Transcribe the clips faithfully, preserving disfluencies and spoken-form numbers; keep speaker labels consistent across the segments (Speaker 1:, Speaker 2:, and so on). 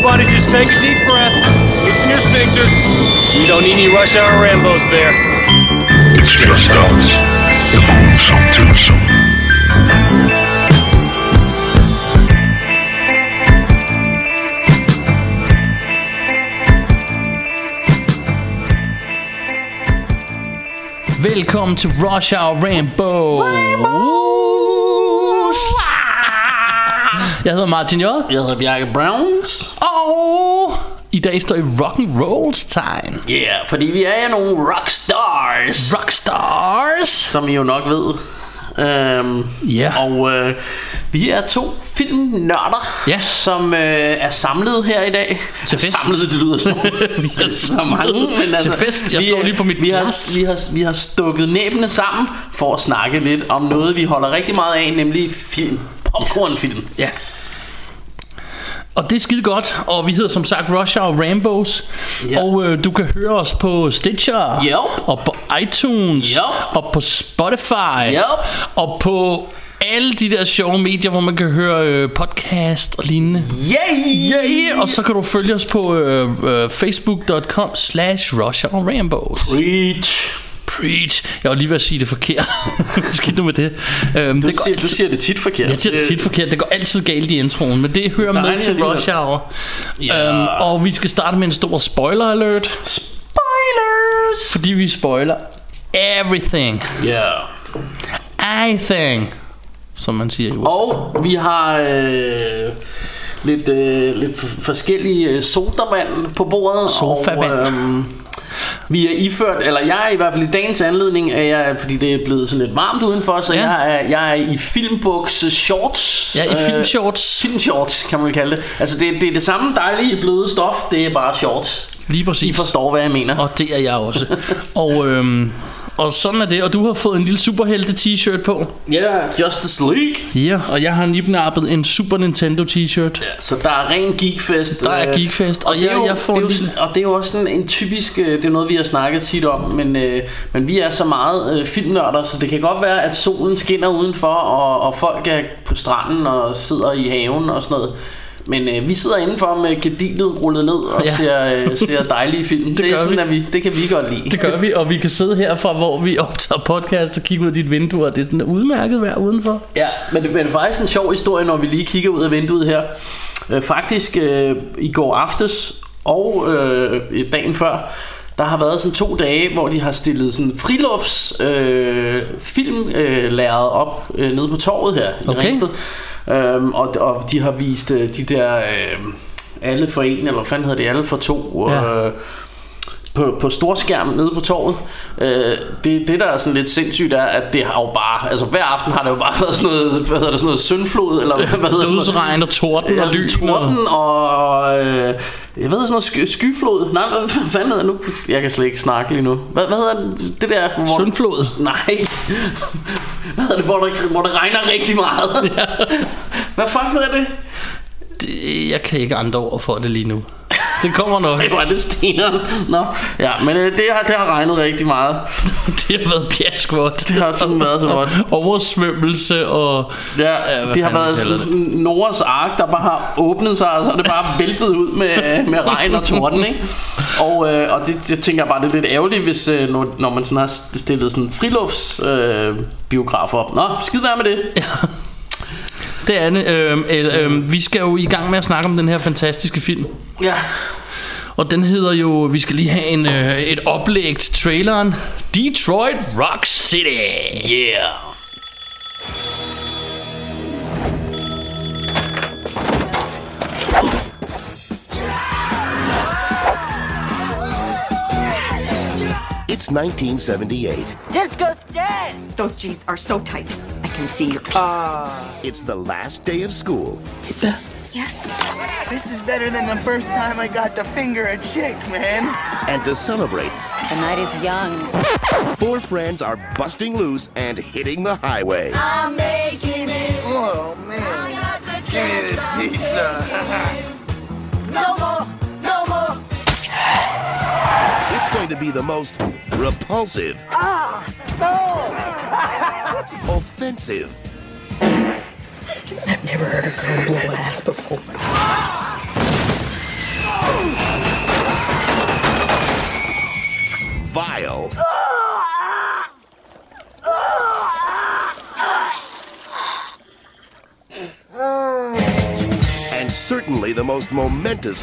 Speaker 1: Everybody just take a deep breath. Loosen your sphincters. We don't need any rush hour Rambos there.
Speaker 2: It's just us. The Boomsome Twosome.
Speaker 3: Velkommen til Rush Hour Rambo. Jeg hedder Martin J.
Speaker 4: Jeg hedder Bjarke Browns.
Speaker 3: Og i dag står i rock'n'rolls tegn.
Speaker 4: Ja, yeah, fordi vi er jo nogle rockstars.
Speaker 3: Rockstars,
Speaker 4: som I jo nok ved. øhm,
Speaker 3: yeah.
Speaker 4: Og øh, vi er to filmnørder,
Speaker 3: yeah.
Speaker 4: som øh, er samlet her i dag.
Speaker 3: Til fest.
Speaker 4: Samlet, det lyder som vi er så mange, men altså,
Speaker 3: til fest, jeg står lige på mit
Speaker 4: vi har,
Speaker 3: glas.
Speaker 4: vi, har, vi har stukket næbene sammen for at snakke lidt om noget vi holder rigtig meget af, nemlig film. Popcornfilm.
Speaker 3: Ja. Og det er skide godt. Og vi hedder som sagt Rush Hour Rambos. Ja. Og øh, du kan høre os på Stitcher,
Speaker 4: yep.
Speaker 3: og på iTunes,
Speaker 4: yep.
Speaker 3: og på Spotify,
Speaker 4: yep.
Speaker 3: og på alle de der sjove medier, hvor man kan høre øh, podcast og lignende.
Speaker 4: Yay!
Speaker 3: Yay! Og så kan du følge os på øh, øh, facebook punktum com slash Rush Hour Rambos.
Speaker 4: Preach.
Speaker 3: Preach. Jeg var lige ved at sige det forkert. Skidt nu med det. øhm,
Speaker 4: du,
Speaker 3: det
Speaker 4: siger,
Speaker 3: altid,
Speaker 4: du siger det tit forkert.
Speaker 3: Jeg siger det tit forkert. Det går altid galt i introen, men det hører med til Rush Hour. Ja. øhm, Og vi skal starte med en stor spoiler alert.
Speaker 4: Spoilers.
Speaker 3: Fordi vi spoiler everything.
Speaker 4: Ja.
Speaker 3: yeah. Anything, som man siger i U S A.
Speaker 4: Og vi har øh, lidt, øh, lidt forskellige sodavand på bordet.
Speaker 3: Sofavand.
Speaker 4: Og, øh, vi er iført, eller jeg er i hvert fald i dagens anledning, er jeg, fordi det er blevet sådan lidt varmt udenfor, så ja. jeg, er, jeg er i filmbukse shorts.
Speaker 3: Ja, i filmshorts.
Speaker 4: øh, Filmshorts kan man kalde det. Altså det, det er det samme dejlige bløde stof, det er bare shorts.
Speaker 3: Lige præcis.
Speaker 4: I forstår hvad jeg mener.
Speaker 3: Og det er jeg også. og, øhm, og sådan er det. Og du har fået en lille superhelte t-shirt på.
Speaker 4: Ja, yeah, Justice League.
Speaker 3: Ja, yeah, og jeg har nipnappet en Super Nintendo t-shirt.
Speaker 4: Ja, så der er ren geekfest.
Speaker 3: Der er geekfest. Og, og, jeg,
Speaker 4: jo,
Speaker 3: jeg får
Speaker 4: det
Speaker 3: en
Speaker 4: lille... og det er jo også sådan en typisk, det er noget vi har snakket tit om, men, øh, men vi er så meget øh, filmnørder, så det kan godt være at solen skinner udenfor, og, og folk er på stranden og sidder i haven og sådan noget. Men øh, vi sidder indenfor med gardiner rullet ned og ja. ser, øh, ser dejlige film. Det, det, er sådan, at vi, det kan vi godt lide.
Speaker 3: Det gør vi, og vi kan sidde herfra, hvor vi optager podcast og kigge ud af dit vindue, og det er sådan udmærket vejr udenfor.
Speaker 4: Ja, men det, men det er faktisk en sjov historie, når vi lige kigger ud af vinduet her. Øh, faktisk øh, i går aftes og øh, dagen før, der har været sådan to dage, hvor de har stillet sådan frilufts øh, filmlærred op øh, nede på torvet her i
Speaker 3: okay.
Speaker 4: Ringsted. Øhm, og, og de har vist øh, de der øh, alle for en, eller hvad fanden hedder det, alle for to ja. øh, på, på storskærm nede på torvet. øh, det, det der er sådan lidt sindssygt er, at det har jo bare, altså hver aften har det jo bare været sådan noget, hvad hedder det, sådan noget syndflod, eller hvad hedder det,
Speaker 3: dødsregn og torden og lyn
Speaker 4: torden og øh, jeg ved sådan noget sky, skyflod. Nej, hvad fanden hedder det nu? Jeg kan slet ikke snakke lige nu. Hvad, hvad hedder det, det der hvor,
Speaker 3: syndflod?
Speaker 4: Nej. Hvad hedder det, hvor der, hvor der regner rigtig meget? Ja. Hvad fuck hedder det?
Speaker 3: det? Jeg kan ikke andre ord for det lige nu. Det kommer nok.
Speaker 4: Det var det steneren. Nå, ja, men øh, det, har, det har regnet rigtig meget.
Speaker 3: Det har været pjaskvådt.
Speaker 4: Det har sådan været så godt.
Speaker 3: Oversvømmelse og
Speaker 4: ja, ja det har været sådan, sådan Noahs ark, der bare har åbnet sig, og så er det bare væltet ud med, med regn og torden, ikke? Og, øh, og det, jeg tænker bare, det er lidt ærgerligt, hvis øh, når, når man sådan har stillet sådan frilufts øh, biograf op. Nå, skid være med det.
Speaker 3: Ja. Det er det. Øh, øh, vi skal jo i gang med at snakke om den her fantastiske film.
Speaker 4: Ja.
Speaker 3: Og den hedder jo, vi skal lige have en, øh, et oplæg til traileren, Detroit Rock City.
Speaker 4: Yeah.
Speaker 5: It's nineteen seventy-eight.
Speaker 6: Disco's dead!
Speaker 7: Those jeans are so tight. I can see your pee.
Speaker 6: Uh...
Speaker 5: It's the last day of school.
Speaker 7: Yes?
Speaker 6: This is better than the first time I got to finger a chick, man.
Speaker 5: And to celebrate,
Speaker 8: the night is young.
Speaker 5: Four friends are busting loose and hitting the highway.
Speaker 6: I'm making it. Oh, man. Give me this pizza. No more. No more.
Speaker 5: It's going to be the most repulsive,
Speaker 6: Ah! No!
Speaker 5: offensive,
Speaker 7: I've never heard a girl blow ass before.
Speaker 5: Vile. And certainly the most momentous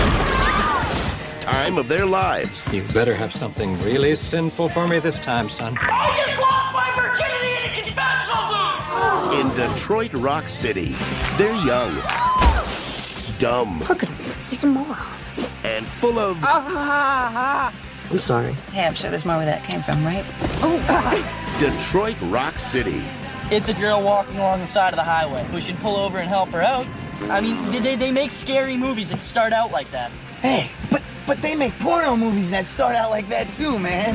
Speaker 5: time of their lives.
Speaker 8: You better have something really sinful for me this time, son.
Speaker 6: I just lost my virginity in a confessional booth!
Speaker 5: In Detroit Rock City, they're young, dumb,
Speaker 7: Look at him. He's a moron.
Speaker 5: and full of
Speaker 7: I'm sorry.
Speaker 9: Hey, I'm sure there's more where that came from, right?
Speaker 5: Detroit Rock City.
Speaker 10: It's a girl walking along the side of the highway. We should pull over and help her out. I mean, they, they make scary movies that start out like that.
Speaker 11: Hey, but but they make porno movies that start out like that too, man.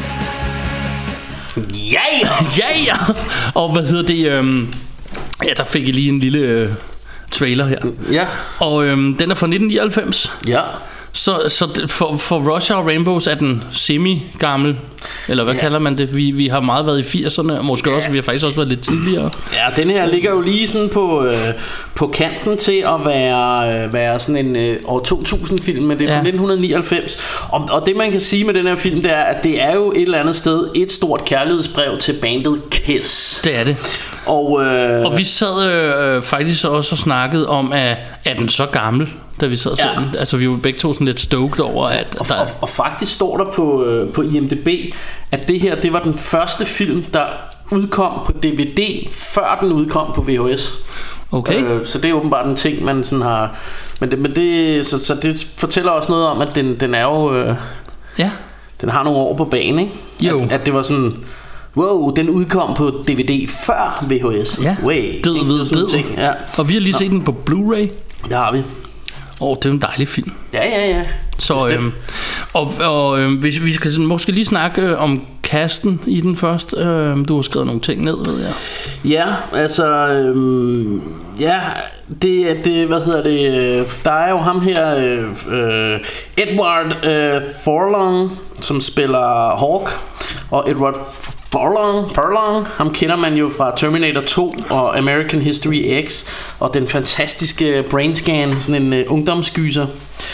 Speaker 4: Yeah!
Speaker 3: Ja, ja! Og hvad hedder det? Øhm, ja, der fik jeg lige en lille øh, trailer her.
Speaker 4: Ja.
Speaker 3: Og øhm, den er fra nitten nioghalvfems.
Speaker 4: Ja.
Speaker 3: Så, så det- for, for Rush Hour Rainbows er den semi-gammel. Eller hvad
Speaker 4: Ja.
Speaker 3: kalder man det? Vi, vi har meget været i firserne. Og måske også, vi har faktisk også været lidt tidligere.
Speaker 4: Ja, den her ligger jo lige sådan på, øh, på kanten til at være, øh, være sådan en øh, år to tusind film, men det er fra
Speaker 3: Ja.
Speaker 4: nitten nioghalvfems. Og, og det man kan sige med den her film, det er, at det er jo et eller andet sted et stort kærlighedsbrev til bandet Kiss.
Speaker 3: Det er det.
Speaker 4: Og, øh,
Speaker 3: Og vi sad øh, faktisk også og snakkede om, at er den så gammel, da vi sad og så
Speaker 4: Ja.
Speaker 3: den? Altså vi var begge to sådan lidt stoked over, at
Speaker 4: Og,
Speaker 3: der
Speaker 4: og, og faktisk står der på, øh, på I M D B, at det her, det var den første film, der udkom på D V D, før den udkom på V H S.
Speaker 3: Okay.
Speaker 4: Øh, så det er åbenbart en ting, man sådan har. Men det, men det, så, så det fortæller også noget om, at den, den er jo. Øh,
Speaker 3: Ja.
Speaker 4: Den har nogle år på banen, ikke?
Speaker 3: Jo.
Speaker 4: At, at det var sådan. Wow, den udkom på D V D før V H S.
Speaker 3: Ja.
Speaker 4: Way.
Speaker 3: Død
Speaker 4: Ikke?
Speaker 3: ved
Speaker 4: Det er sådan
Speaker 3: død.
Speaker 4: en ting, ja.
Speaker 3: Og vi har lige set den på Blu-ray.
Speaker 4: Der har vi.
Speaker 3: Og det er en dejlig film.
Speaker 4: Ja, ja, ja.
Speaker 3: Så
Speaker 4: Bestemt.
Speaker 3: øhm, og, og øhm, hvis vi skal sådan måske lige snakke øh, om casten i den først. Øhm, du har skrevet nogle ting ned, ved jeg.
Speaker 4: Ja, altså øhm, ja, det er det, hvad hedder det? øh, Der er jo ham her, øh, øh, Edward øh, Furlong, som spiller Hawk, og Edward Furlong, Furlong, ham kender man jo fra Terminator to og American History X og den fantastiske Brainscan, sådan en øh, ungdomsgyser.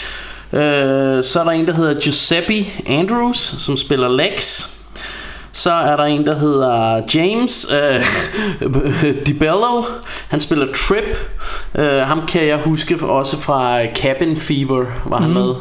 Speaker 4: Øh, så er der en, der hedder Giuseppe Andrews, som spiller Lex. Så er der en, der hedder James øh, DiBello. Han spiller Trip. øh, Ham kan jeg huske også fra Cabin Fever, var han mm. med.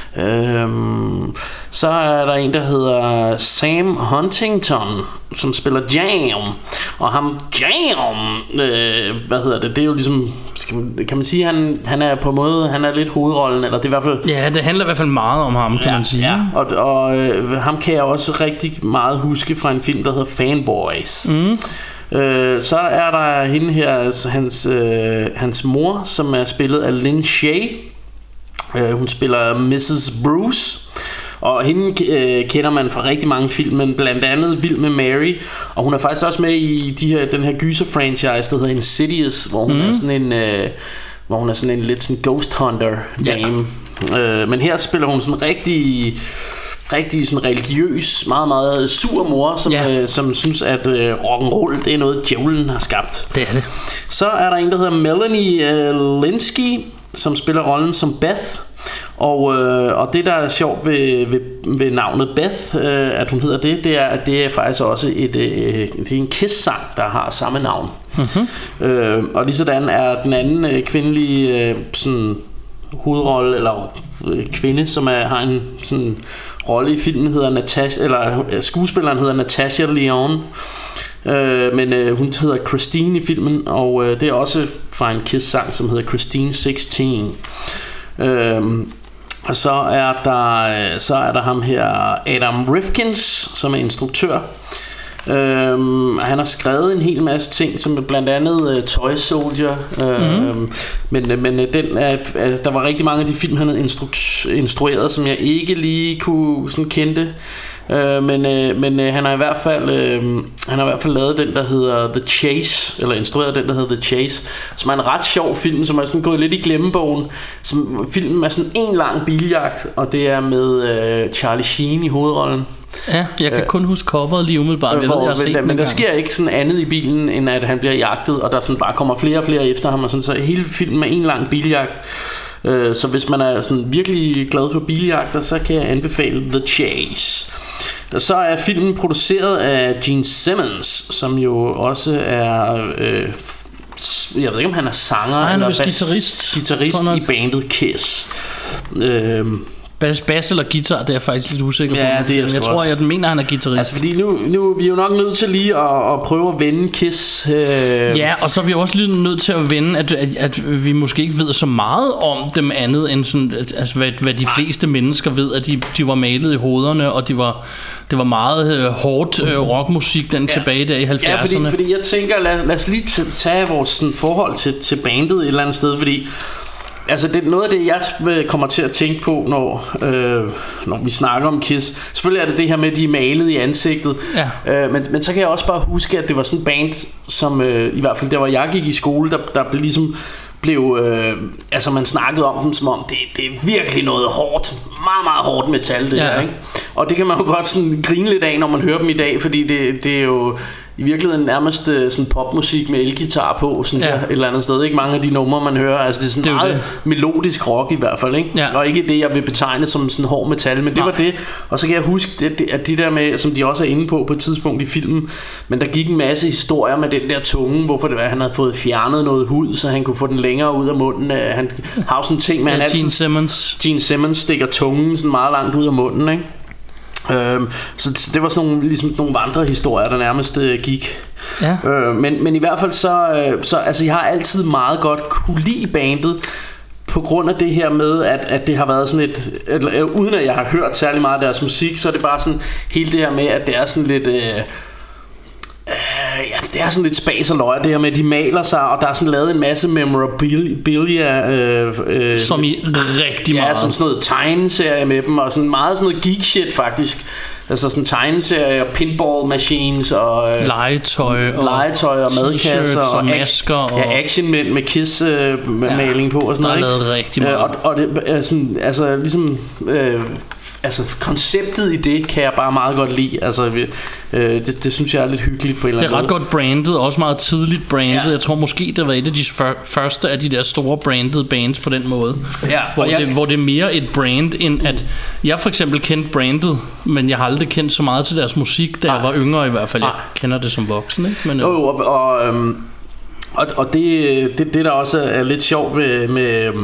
Speaker 4: øhm, Så er der en, der hedder Sam Huntington, som spiller Jam. Og ham Jam, øh, hvad hedder det? Det er jo ligesom, kan man sige, han, han er på en måde, han er lidt hovedrollen, eller det er i hvert fald.
Speaker 3: Ja, det handler i hvert fald meget om ham, kan
Speaker 4: Ja,
Speaker 3: man sige.
Speaker 4: ja. Og, og øh, ham kan jeg også rigtig meget huske fra en film, der hedder Fanboys.
Speaker 3: Mm.
Speaker 4: øh, Så er der hende her, altså hans, øh, hans mor, som er spillet af Lynn Shay. øh, Hun spiller missus Bruce. Og hende øh, kender man fra rigtig mange film, men blandt andet Vild med Mary. Og hun er faktisk også med i de her, den her gyser-franchise, der hedder Insidious, hvor hun mm. er sådan en øh, hvor hun er sådan en lidt sådan ghost hunter dame. Ja. øh, Men her spiller hun sådan rigtig rigtig sådan religiøs, meget meget sur mor, som,
Speaker 3: Ja.
Speaker 4: øh, som synes at øh, rock'n'roll, det er noget djævlen har skabt.
Speaker 3: Det er det.
Speaker 4: Så er der en, der hedder Melanie øh, Linsky, som spiller rollen som Beth. Og, øh, og det der er sjovt ved, ved, ved navnet Beth, øh, at hun hedder det, det er at det er faktisk også et, øh, det er en Kiss-sang, der har samme navn. Mm-hmm. øh, Og lige sådan er den anden øh, kvindelige øh, sådan hovedrolle eller øh, kvinde, som er, har en sådan rolle i filmen, hedder Natasha, eller øh, skuespilleren hedder Natasha Lyonne. Øh, men øh, hun hedder Christine i filmen, og øh, det er også fra en Kiss-sang, som hedder Christine seksten. Øhm, og så er der så er der ham her Adam Rifkins, som er instruktør. Øhm, han har skrevet en hel masse ting, som blandt andet uh, Toy Soldier. øhm, mm. Men, men den er, der var rigtig mange af de film han havde instru- instrueret, som jeg ikke lige kunne sådan kendte. Øh, men øh, men øh, han har i hvert fald øh, han har i hvert fald lavet den, der hedder The Chase, eller instrueret den, der hedder The Chase, som er en ret sjov film, som er sådan gået lidt i glemmebogen. Som filmen er sådan en lang biljagt, og det er med øh, Charlie Sheen i hovedrollen.
Speaker 3: Ja, jeg kan øh, kun huske coveret lige umiddelbart. Jeg
Speaker 4: hvor,
Speaker 3: ved, jeg har set
Speaker 4: men,
Speaker 3: den
Speaker 4: men der
Speaker 3: gang.
Speaker 4: sker ikke sådan andet i bilen, end at han bliver jagtet, og der sådan bare kommer flere og flere efter ham, og sådan, så hele filmen er en lang biljagt. øh, Så hvis man er sådan virkelig glad for biljagter, så kan jeg anbefale The Chase. Så er filmen produceret af Gene Simmons, som jo også er øh, jeg ved ikke om han er sanger.
Speaker 3: Nej, han er
Speaker 4: eller
Speaker 3: vist guitarist.
Speaker 4: Guitarist i bandet Kiss. øh,
Speaker 3: Bas, bas eller guitar, det er jeg faktisk lidt usikker
Speaker 4: ja,
Speaker 3: på.
Speaker 4: Det er jeg,
Speaker 3: jeg tror,
Speaker 4: også.
Speaker 3: jeg mener, han er guitarist.
Speaker 4: Altså, fordi nu, nu vi er jo nok nødt til lige at, at prøve at vende Kiss. Øh...
Speaker 3: Ja, og så er vi også lige nødt til at vende, at, at, at vi måske ikke ved så meget om dem andet, end sådan, altså, hvad, hvad de fleste mennesker ved, at de, de var malet i hovederne, og de var, det var meget øh, hårdt øh, rockmusik, den ja. tilbage der i halvfjerdserne.
Speaker 4: Ja, fordi, fordi jeg tænker, lad, lad os lige tage vores sådan, forhold til, til bandet et eller andet sted, fordi altså det, noget af det jeg kommer til at tænke på når, øh, når vi snakker om Kiss, selvfølgelig er det det her med at de er malet i ansigtet,
Speaker 3: ja.
Speaker 4: øh, men, men så kan jeg også bare huske at det var sådan en band som øh, i hvert fald der hvor jeg gik i skole, der, der blev ligesom blev, øh, altså man snakkede om dem som om det, det er virkelig noget hårdt, meget meget hårdt metal det ja. her, ikke? Og det kan man jo godt sådan grine lidt af når man hører dem i dag, fordi det, det er jo i virkeligheden nærmest sådan popmusik med elgitar på, sådan ja. der, et eller andet sted. Ikke mange af de numre man hører, altså det er sådan det er meget det. melodisk rock i hvert fald, ikke? Ja. Og ikke det jeg vil betegne som sådan hård metal, men det Nej. var det. Og så kan jeg huske det, at de der med, som de også er inde på på et tidspunkt i filmen, men der gik en masse historier med den der tunge, hvorfor det var, han havde fået fjernet noget hud, så han kunne få den længere ud af munden. Han har sådan en ting med, ja, han altid,
Speaker 3: Gene Simmons.
Speaker 4: Gene Simmons stikker tungen sådan meget langt ud af munden, ikke? Øhm, så det var sådan nogle, ligesom nogle vandrehistorier der nærmest øh, gik
Speaker 3: ja.
Speaker 4: øh, men, men i hvert fald så, øh, så altså jeg har altid meget godt kunne lide bandet på grund af det her med at, at det har været sådan et eller, uden at jeg har hørt særlig meget af deres musik, så er det bare sådan hele det her med at det er sådan lidt øh, Uh, ja, det er sådan lidt spas og løg, det her med at de maler sig, og der er sådan lavet en masse memorabilia øh, øh,
Speaker 3: som i rigtig meget.
Speaker 4: Ja, som sådan noget tegneserie med dem, og sådan meget sådan noget geek shit faktisk. Altså sådan tegneserier, pinball machines og øh,
Speaker 3: legetøj og
Speaker 4: legetøj og madkasser og,
Speaker 3: og masker og
Speaker 4: ja, actionmænd med Kiss øh, maling på og sådan noget.
Speaker 3: Der er lavet rigtig meget.
Speaker 4: Øh, og, og det er sådan, altså ligesom øh, altså konceptet i det kan jeg bare meget godt lide. Altså øh, det, det synes jeg er lidt hyggeligt på en eller anden måde.
Speaker 3: Det er ret godt brandet, også meget tidligt brandet. Ja. Jeg tror måske det var et af de første af de der store branded bands på den måde.
Speaker 4: Ja,
Speaker 3: hvor,
Speaker 4: jeg,
Speaker 3: det, hvor det er mere et brand end at jeg for eksempel kendte brandet, men jeg har aldrig kendt så meget til deres musik, da ej. jeg var yngre i hvert fald. Jeg ej. kender det som voksen, ikke? Men,
Speaker 4: jo, og, og, øhm, og, og det, det, det der også er lidt sjovt med, med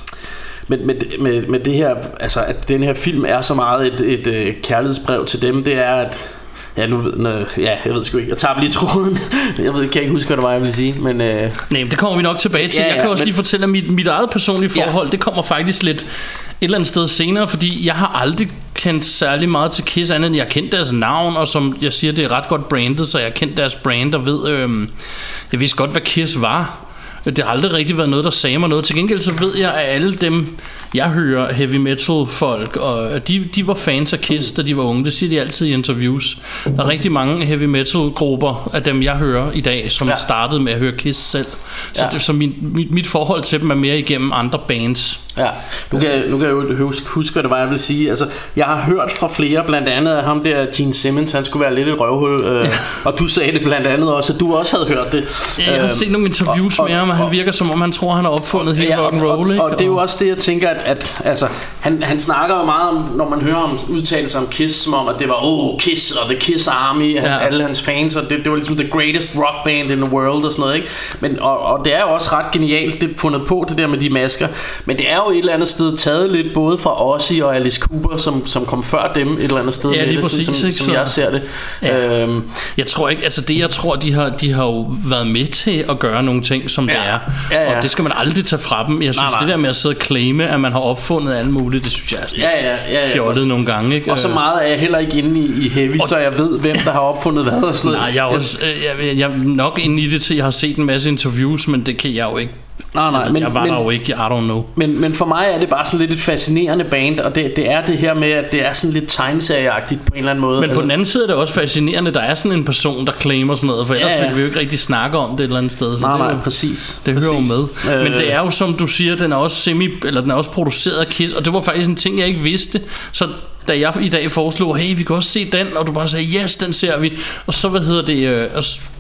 Speaker 4: med, med, med, med det her, altså at den her film er så meget et, et, et kærlighedsbrev til dem, det er at ja, nu ved, ja, jeg ved sgu ikke. Jeg tager lige tråden. Jeg ved, kan ikke huske, hvad det var, jeg ville sige. Men, øh...
Speaker 3: nej, det kommer vi nok tilbage til. Ja, ja, jeg kan også men... lige fortælle, at mit, mit eget personlige forhold, ja. det kommer faktisk lidt et eller andet sted senere, fordi jeg har aldrig kendt særlig meget til Kiss, andet end jeg har kendt deres navn, og som jeg siger, det er ret godt brandet, så jeg har kendt deres brand, og ved, øh, jeg vidste godt, hvad Kiss var. Det har aldrig rigtig været noget, der sagde mig noget. Til gengæld så ved jeg, at alle dem, jeg hører heavy metal folk, og de, de var fans af Kiss, da de var unge. Det siger de altid i interviews. Der er rigtig mange heavy metal grupper af dem, jeg hører i dag, som ja. startede med at høre Kiss selv. Så, ja. det, så min, mit, mit forhold til dem er mere igennem andre bands.
Speaker 4: Ja, nu kan, jeg, nu kan jeg jo huske, huske, hvad det var, jeg vil sige. Altså, jeg har hørt fra flere, blandt andet af ham der, Gene Simmons, han skulle være lidt et røvhul, øh, ja. og du sagde det blandt andet også, at du også havde hørt det.
Speaker 3: Ja, jeg har set nogle interviews og, og, med ham, og han virker som om, han tror, han har opfundet hele
Speaker 4: ja,
Speaker 3: rock'n'roll.
Speaker 4: Og, og, og det er jo også det, jeg tænker, at, at altså, han, han snakker jo meget om, når man hører ham udtale sig om Kiss, som om, at det var, oh, Kiss og The Kiss Army, ja. han, alle hans fans, og det, det var ligesom the greatest rock band in the world og sådan noget, ikke? Men, og, og det er jo også ret genialt, det fundet på, det der med de masker, men det er jo et eller andet sted taget lidt både fra Ozzy og Alice Cooper, som, som kom før dem et eller andet sted,
Speaker 3: ja,
Speaker 4: det,
Speaker 3: præcis,
Speaker 4: som,
Speaker 3: ikke,
Speaker 4: som jeg ser det.
Speaker 3: Ja. Øhm. Jeg tror ikke, altså det jeg tror, de har, de har jo været med til at gøre nogle ting, som ja. det er,
Speaker 4: ja, ja.
Speaker 3: og det skal man aldrig tage fra dem. Jeg synes, nej, nej. det der med at sidde og claime, at man har opfundet alt muligt, det synes jeg er sådan
Speaker 4: ja, ja, ja, ja.
Speaker 3: fjollet nogle gange, ikke?
Speaker 4: Og så meget er jeg heller ikke inde i, i heavy, og så jeg ved, hvem der har opfundet hvad og sådan noget.
Speaker 3: Nej, jeg er, også, jeg, jeg er nok inde i det til, jeg har set en masse interviews, men det kan jeg jo ikke. Nej, nej, jeg, men, jeg var men, der jo ikke, I don't know.
Speaker 4: Men, men for mig er det bare sådan lidt et fascinerende band, og det, det er det her med, at det er sådan lidt tegneserieagtigt på en eller anden måde.
Speaker 3: Men
Speaker 4: altså,
Speaker 3: på den anden side er det også fascinerende, der er sådan en person, der claimer sådan noget, for ellers ja, ja. vil vi jo ikke rigtig snakke om det et eller andet sted. Så
Speaker 4: nej,
Speaker 3: det
Speaker 4: nej,
Speaker 3: jo,
Speaker 4: præcis.
Speaker 3: Det
Speaker 4: præcis.
Speaker 3: hører jo med. Øh, men det er jo, som du siger, den er også semi, eller den er også produceret af Kiss, og det var faktisk en ting, jeg ikke vidste. Så da jeg i dag foreslog, hey, vi kan også se den, og du bare sagde, yes, den ser vi. Og så, hvad hedder det, øh,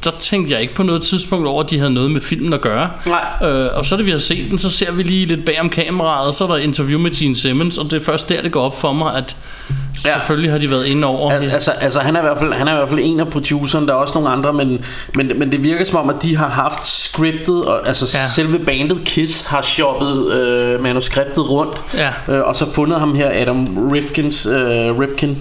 Speaker 3: der tænkte jeg ikke på noget tidspunkt over, at de havde noget med filmen at gøre.
Speaker 4: Nej.
Speaker 3: Øh, og så da vi har set den, så ser vi lige lidt bag om kameraet, og så er der interview med Gene Simmons, og det er først der, det går op for mig, at ja. selvfølgelig har de været inde over.
Speaker 4: Al- altså, altså han er i hvert fald han er i hvert fald en af producerne, der er også nogle andre, men men men det virker som om, at de har haft scriptet, og altså ja. selve bandet Kiss har shoppet øh, manuskriptet rundt,
Speaker 3: ja.
Speaker 4: øh, og så fundet ham her Adam Rifkins øh, Rifkin.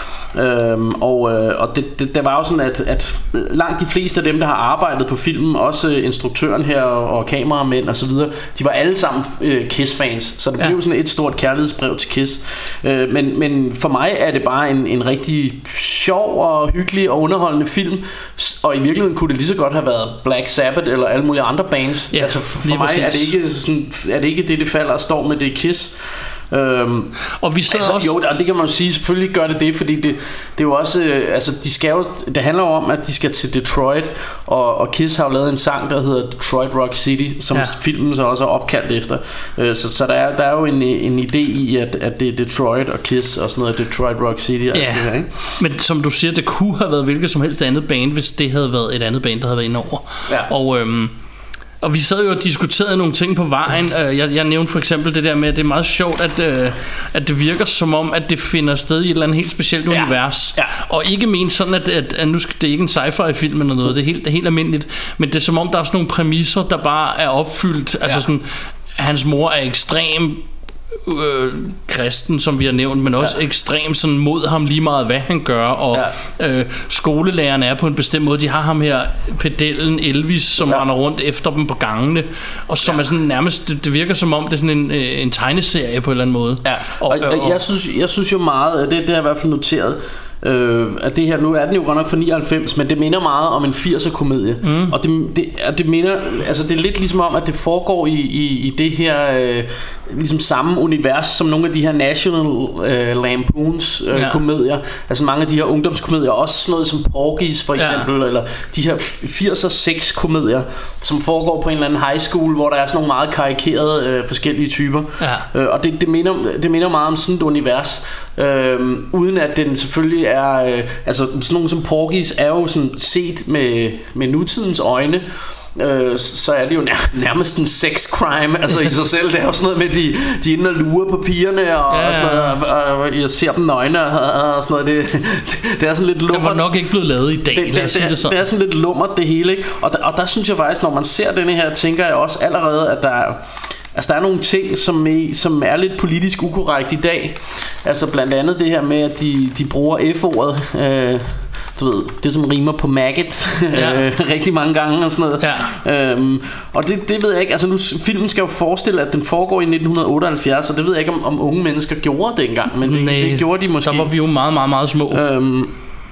Speaker 4: Øhm, og øh, og det, det, det var jo sådan at, at langt de fleste af dem, der har arbejdet på filmen, også instruktøren her og, og kameramænd og så videre, de var alle sammen øh, Kiss-fans, så det ja. blev sådan et stort kærlighedsbrev til Kiss. øh, men, men for mig er det bare en, en rigtig sjov og hyggelig og underholdende film, og i virkeligheden kunne det lige så godt have været Black Sabbath eller alle mulige andre bands.
Speaker 3: Ja,
Speaker 4: altså for mig er det ikke sådan, er det ikke det, det falder og står med, det Kiss. Øhm,
Speaker 3: og vi så
Speaker 4: altså,
Speaker 3: også...
Speaker 4: jo, og det kan man jo sige, selvfølgelig gør det det, fordi det, det er jo også, øh, altså de skal jo, det handler jo om, at de skal til Detroit, og, og Kiss har jo lavet en sang, der hedder Detroit Rock City, som ja. filmen så også er opkaldt efter. øh, så, så der er, der er jo en, en idé i, at, at det er Detroit og Kiss og sådan noget, Detroit Rock City og
Speaker 3: ja.
Speaker 4: det her, ikke?
Speaker 3: Men som du siger, det kunne have været hvilket som helst andet band, hvis det havde været et andet band, der havde været inde over. Ja. Og øhm, Og vi sad jo og diskuterede nogle ting på vejen. Jeg, jeg nævnte for eksempel det der med, at det er meget sjovt, at, at det virker som om, at det finder sted i et eller andet helt specielt ja. univers. Ja. Og ikke ment sådan, at, at, at nu skal det ikke en sci-fi film eller noget. Det er helt, det er helt almindeligt. Men det er som om, der er sådan nogle præmisser, der bare er opfyldt. Altså sådan, hans mor er ekstrem øh, kristen, som vi har nævnt, men også ja. ekstremt sådan mod ham lige meget, hvad han gør. Og ja. øh, skolelærerne er på en bestemt måde. De har ham her, pedellen Elvis, som ja. render rundt efter dem på gangene, og som ja. er sådan nærmest, det, det virker som om det er sådan en, en tegneserie på en eller anden måde.
Speaker 4: Ja. Og, og, og jeg synes, jeg synes jo meget, det, det har jeg i hvert fald noteret, Øh, at det her, nu er den jo godt nok fra nioghalvfems, men det minder meget om en firser komedie. Mm. Og det, det, det minder, altså det er lidt ligesom om, at det foregår i, i, i det her øh, ligesom samme univers som nogle af de her National øh, Lampoons øh, ja. komedier. Altså mange af de her ungdomskomedier, også sådan noget som Porky's for eksempel, ja. eller de her firser sex komedier, som foregår på en eller anden high school, hvor der er sådan nogle meget karikerede øh, forskellige typer. Ja. Øh, og det, det, minder, det minder meget om sådan et univers, øh, uden at den selvfølgelig er, øh, altså sådan nogle som Porky's er jo sådan set med, med nutidens øjne, øh, så er det jo nær, nærmest en sex crime, altså i sig selv. Det er jo sådan noget med de, de er inde og lurer på pigerne og, ja, og sådan noget, og, og jeg ser dem nøgne og, og sådan noget. Det, det, det er sådan lidt lummert.
Speaker 3: Det var nok ikke blevet lavet i dag,
Speaker 4: det, det, det, det, det, det er sådan lidt lummert det hele, ikke? Og, der, og der synes jeg faktisk, når man ser denne her, tænker jeg også allerede, at der er, altså der er nogle ting, som er, som er lidt politisk ukorrekt i dag. Altså blandt andet det her med, at de, de bruger F-ordet, øh, du ved, det som rimer på maggot, ja. rigtig mange gange og sådan noget. Ja. Øhm, og det, det ved jeg ikke, altså nu, filmen skal jo forestille, at den foregår i nitten otteoghalvfjerds, og det ved jeg ikke, om, om unge mennesker gjorde det engang, men det,
Speaker 3: Nej,
Speaker 4: det gjorde de måske.
Speaker 3: Der var vi jo meget, meget, meget små.
Speaker 4: Øhm,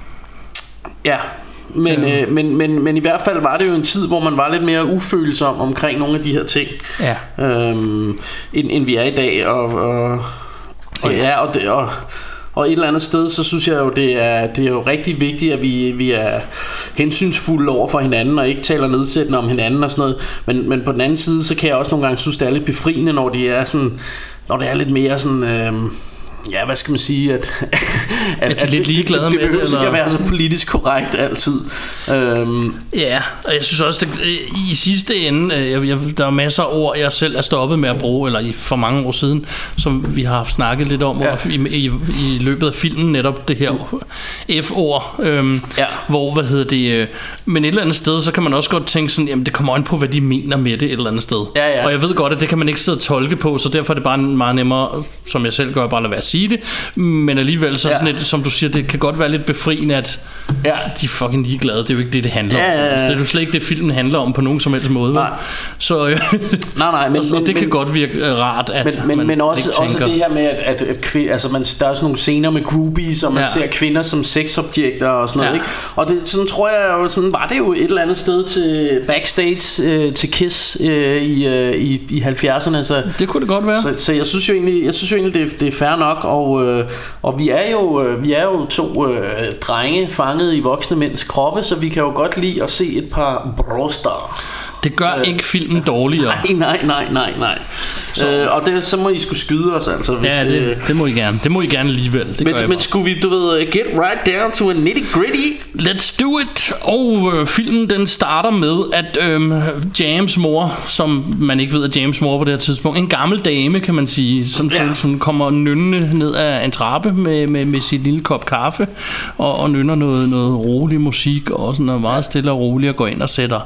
Speaker 4: ja. Men, ja. øh, men, men, men i hvert fald var det jo en tid, hvor man var lidt mere ufølsom omkring nogle af de her ting, ja. øhm, end, end vi er i dag. Og, og, og, ja. Ja, og, det, og, og et eller andet sted, så synes jeg jo, det er, det er jo rigtig vigtigt, at vi, vi er hensynsfulde over for hinanden, og ikke taler nedsættende om hinanden og sådan noget. Men, men på den anden side, så kan jeg også nogle gange synes, det er lidt befriende, når de er sådan, når det er lidt mere sådan... Øhm, ja, hvad skal man sige, at,
Speaker 3: at, at de er lidt ligeglade med det.
Speaker 4: Det behøver ikke at være så politisk korrekt altid. Øhm.
Speaker 3: Ja, og jeg synes også, det, i sidste ende, jeg, jeg, der er masser af ord, jeg selv er stoppet med at bruge, eller i, for mange år siden, som vi har haft snakket lidt om, ja. i, i, i løbet af filmen, netop det her F-ord, øhm, ja. hvor, hvad hedder det, øh, men et eller andet sted, så kan man også godt tænke sådan, jamen det kommer an på, hvad de mener med det et eller andet sted. Ja, ja. Og jeg ved godt, at det kan man ikke sidde og tolke på, så derfor er det bare meget nemmere, som jeg selv gør, bare at lade være sige det, men alligevel så ja. sådan et, som du siger, det kan godt være lidt befriende, at ja. de er fucking ligeglade. Det er jo ikke det, det handler ja, ja, ja. om. Altså, det er jo slet ikke det, filmen handler om på nogen som helst måde. Nej. Så øh, nej, nej, men, og, men, og det kan men, godt virke rart, at
Speaker 4: men, men,
Speaker 3: man
Speaker 4: men også,
Speaker 3: ikke
Speaker 4: også det her med, at, at, at kvind, altså man, der er sådan nogle scener med groupies, og man ja. ser kvinder som sexobjekter og sådan noget, ja. ikke? Og det, sådan tror jeg jo, sådan var det jo et eller andet sted til backstage øh, til Kiss øh, i, øh, i, i halvfjerdserne. Så,
Speaker 3: det kunne det godt være.
Speaker 4: Så, så jeg synes jo egentlig, jeg synes jo egentlig det, det er fair nok, og, øh, og vi er jo vi er jo to øh, drenge fanget i voksne mænds kroppe, så vi kan jo godt lide at se et par bryster.
Speaker 3: Det gør øh, ikke filmen dårligere.
Speaker 4: Nej, nej, nej, nej, nej. Så. Øh, og det, så må I skulle skyde os altså. Hvis
Speaker 3: ja, det, det, det må I gerne. Det må I gerne alligevel. Det
Speaker 4: men, men skulle vi, du ved, get right down to a nitty gritty?
Speaker 3: Let's do it. Og øh, filmen den starter med at øh, James mor, som man ikke ved er James mor på det her tidspunkt, en gammel dame kan man sige, som, ja. som kommer nynnende ned af en trappe med, med, med sit lille kop kaffe og, og nynner noget, noget rolig musik og sådan noget meget stille og roligt og går ind og sætter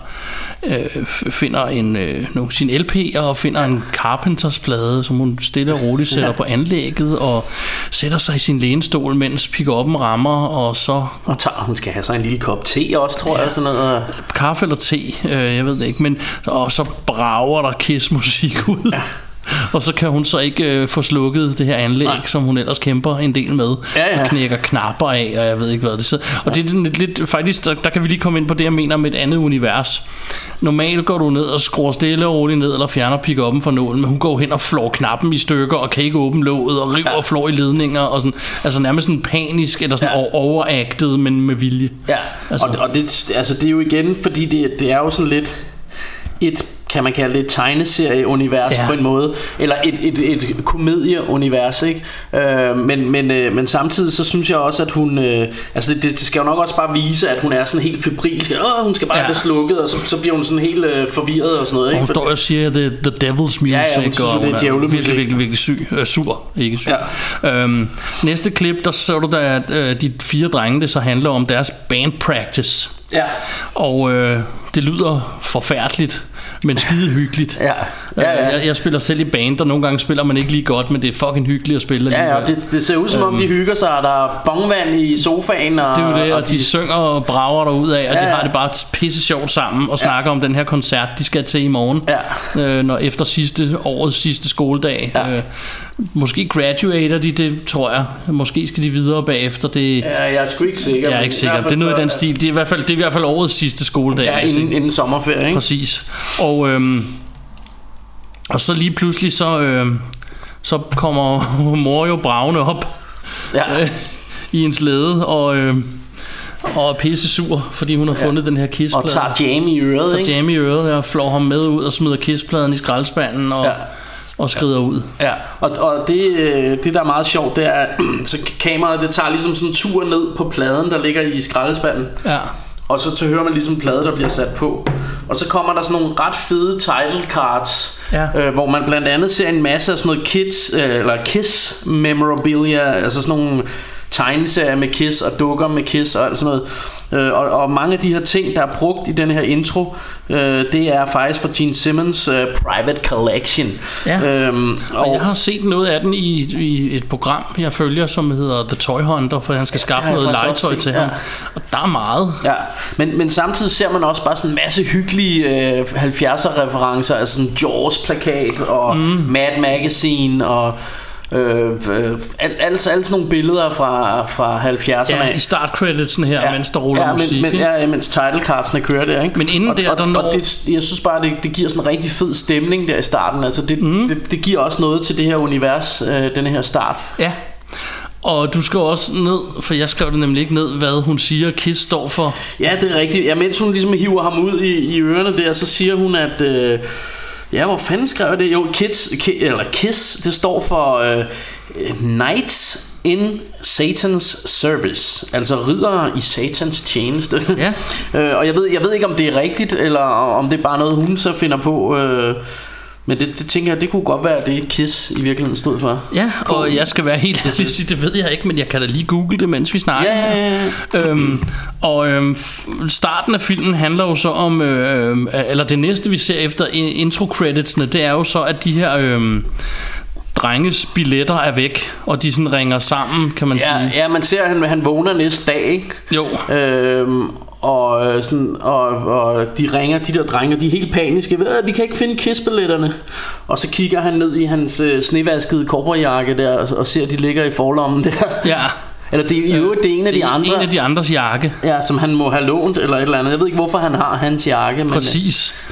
Speaker 3: øh, finder en, øh, nu, sin L P og finder en Carpenters plade, som hun stille og roligt sætter ja. på anlægget og sætter sig i sin lænestol, mens pick-up'en rammer, og så...
Speaker 4: Og tager, hun skal have sig en lille kop te også, tror ja. jeg, sådan noget.
Speaker 3: Kaffe eller te, øh, jeg ved det ikke, men og så brager der Kiss-musik ud. Ja. Og så kan hun så ikke øh, få slukket det her anlæg, Nej. som hun ellers kæmper en del med. Ja, ja. Og knækker knapper af, og jeg ved ikke hvad det er. Og ja. det er lidt, lidt faktisk, der, der kan vi lige komme ind på det, jeg mener med et andet univers. Normalt går du ned og skruer stille og roligt ned, eller fjerner pick-up'en fra nålen, men hun går hen og flår knappen i stykker, og kan ikke åbne låget, og river ja. og flår i ledninger, og sådan, altså nærmest sådan panisk, eller sådan ja. overacted, men med vilje. Ja, altså. og, og det, altså, det er jo igen, fordi det, det er jo sådan lidt et, kan man kalde det, et tegneserie-univers ja. på en måde, eller et, et, et komedie-univers, ikke? Øh, men, men, øh, men samtidig så synes jeg også, at hun, øh, altså det, det skal jo nok også bare vise, at hun er sådan helt febrilsk, åh, hun skal bare ja. have det slukket, og så, så bliver hun sådan helt øh, forvirret og sådan noget, ikke? Og hun står og siger, the, the devil's music, ja, ja, hun synes, og hun er virkelig, virkelig, virkelig syg, øh, sur, ikke syg. Ja. Øhm, næste klip, der så du da, at øh, de fire drenge, det så handler om deres band practice. Ja. Og øh, det lyder forfærdeligt, men skide hyggeligt. Ja. Ja, ja. Jeg, jeg spiller selv i band, og nogle gange spiller man ikke lige godt, men det er fucking hyggeligt at spille.
Speaker 4: Ja, ja, det, det ser ud som om de hygger sig, og der er bongvand i sofaen. Og,
Speaker 3: det er jo det, og, og de, de synger og brager derud af, og ja, ja. de har det bare pisse sjovt sammen, og snakker ja. om den her koncert, de skal til i morgen, ja. øh, når efter sidste årets sidste skoledag. Ja. Øh, måske graduater de, det tror jeg. Måske skal de videre bagefter. Det,
Speaker 4: ja, jeg er sgu ikke sikker.
Speaker 3: Jeg er ikke sikker. Det er noget i den stil. Det er i hvert fald, det er i hvert fald årets sidste skoledag.
Speaker 4: Ja, inden, inden sommerferie, ikke?
Speaker 3: Præcis. Og øhm, og så lige pludselig så øhm, så kommer mor jo bragende op ja. øh, i en slæde og øhm, og er pisse sur, fordi hun har ja. fundet den her Kiss-plade.
Speaker 4: Og tager Jamie i øret,
Speaker 3: tager Jamie i øret, og flår ham med ud og smider Kiss-pladen i skraldespanden og, ja. og skrider ja. ud.
Speaker 4: Ja, og, og det, det der er meget sjovt, det er, så kameraet det tager ligesom sådan en tur ned på pladen, der ligger i skraldespanden. Ja. Og så, så hører man ligesom en plade, der bliver sat på. Og så kommer der sådan nogle ret fede title cards, ja. øh, hvor man blandt andet ser en masse af sådan noget kids, øh, eller Kiss memorabilia, altså sådan nogle tegneserier med Kiss og dukker med Kiss og alt sådan noget. Øh, og, og mange af de her ting, der er brugt i den her intro, øh, det er faktisk fra Gene Simmons øh, Private Collection.
Speaker 3: Ja. Øhm, og, og jeg har set noget af den i, i et program, jeg følger, som hedder The Toy Hunter, for han skal skaffe noget legetøj til ja. ham. Og der er meget.
Speaker 4: Ja. Men, men samtidig ser man også bare sådan en masse hyggelige øh, halvfjerdser referencer, altså sådan Jaws plakat og mm. Mad Magazine og Øh, øh, al, altså alle sådan nogle billeder fra, fra halvfjerdserne.
Speaker 3: Ja, i startcreditsen her, ja, mens der ruller
Speaker 4: ja,
Speaker 3: musik.
Speaker 4: Men, ja, mens titlecardsene kører der, ikke?
Speaker 3: Men inden
Speaker 4: og,
Speaker 3: der,
Speaker 4: og,
Speaker 3: der når...
Speaker 4: og det, jeg synes bare, det, det giver sådan en rigtig fed stemning der i starten. Altså det, mm. det, det giver også noget til det her univers, øh, den her start.
Speaker 3: Ja. Og du skal også ned, for jeg skrev det nemlig ikke ned, hvad hun siger Kiss står for.
Speaker 4: Ja, det er rigtigt. Ja, mens hun ligesom hiver ham ud i, i ørerne der, så siger hun, at... Øh, ja, hvor fanden skrev jeg det? Jo, Kids, ki, eller Kiss, det står for uh, Knights in Satan's Service. Altså riddere i Satans tjeneste. Ja. uh, Og jeg ved, jeg ved ikke, om det er rigtigt, eller om det er bare noget, hun så finder på. Uh, Men det, det tænker jeg, det kunne godt være, det Kiss i virkeligheden stod for.
Speaker 3: Ja, og jeg skal være helt ærlig at sige, det ved jeg ikke, men jeg kan da lige google det, mens vi snakker.
Speaker 4: Ja, ja,
Speaker 3: ja. Øhm, og øhm, starten af filmen handler jo så om, øh, eller det næste vi ser efter intro-creditsene, det er jo så, at de her... Øh, drenges billetter er væk, og de sådan ringer sammen, kan man
Speaker 4: ja,
Speaker 3: sige.
Speaker 4: Ja, man ser, at han, han vågner næste dag, ikke?
Speaker 3: Jo.
Speaker 4: Øhm, og, sådan, og, og de ringer, de der drenge, de er helt paniske. Vi kan ikke finde Kiss-billetterne. Og så kigger han ned i hans øh, snevaskede cowboyjakke der, og, og ser, at de ligger i forlommen der.
Speaker 3: Ja.
Speaker 4: Eller det er jo det er en af
Speaker 3: det
Speaker 4: de andre.
Speaker 3: en af de andres jakke.
Speaker 4: Ja, som han må have lånt eller et eller andet. Jeg ved ikke hvorfor han har hans jakke, men
Speaker 3: præcis.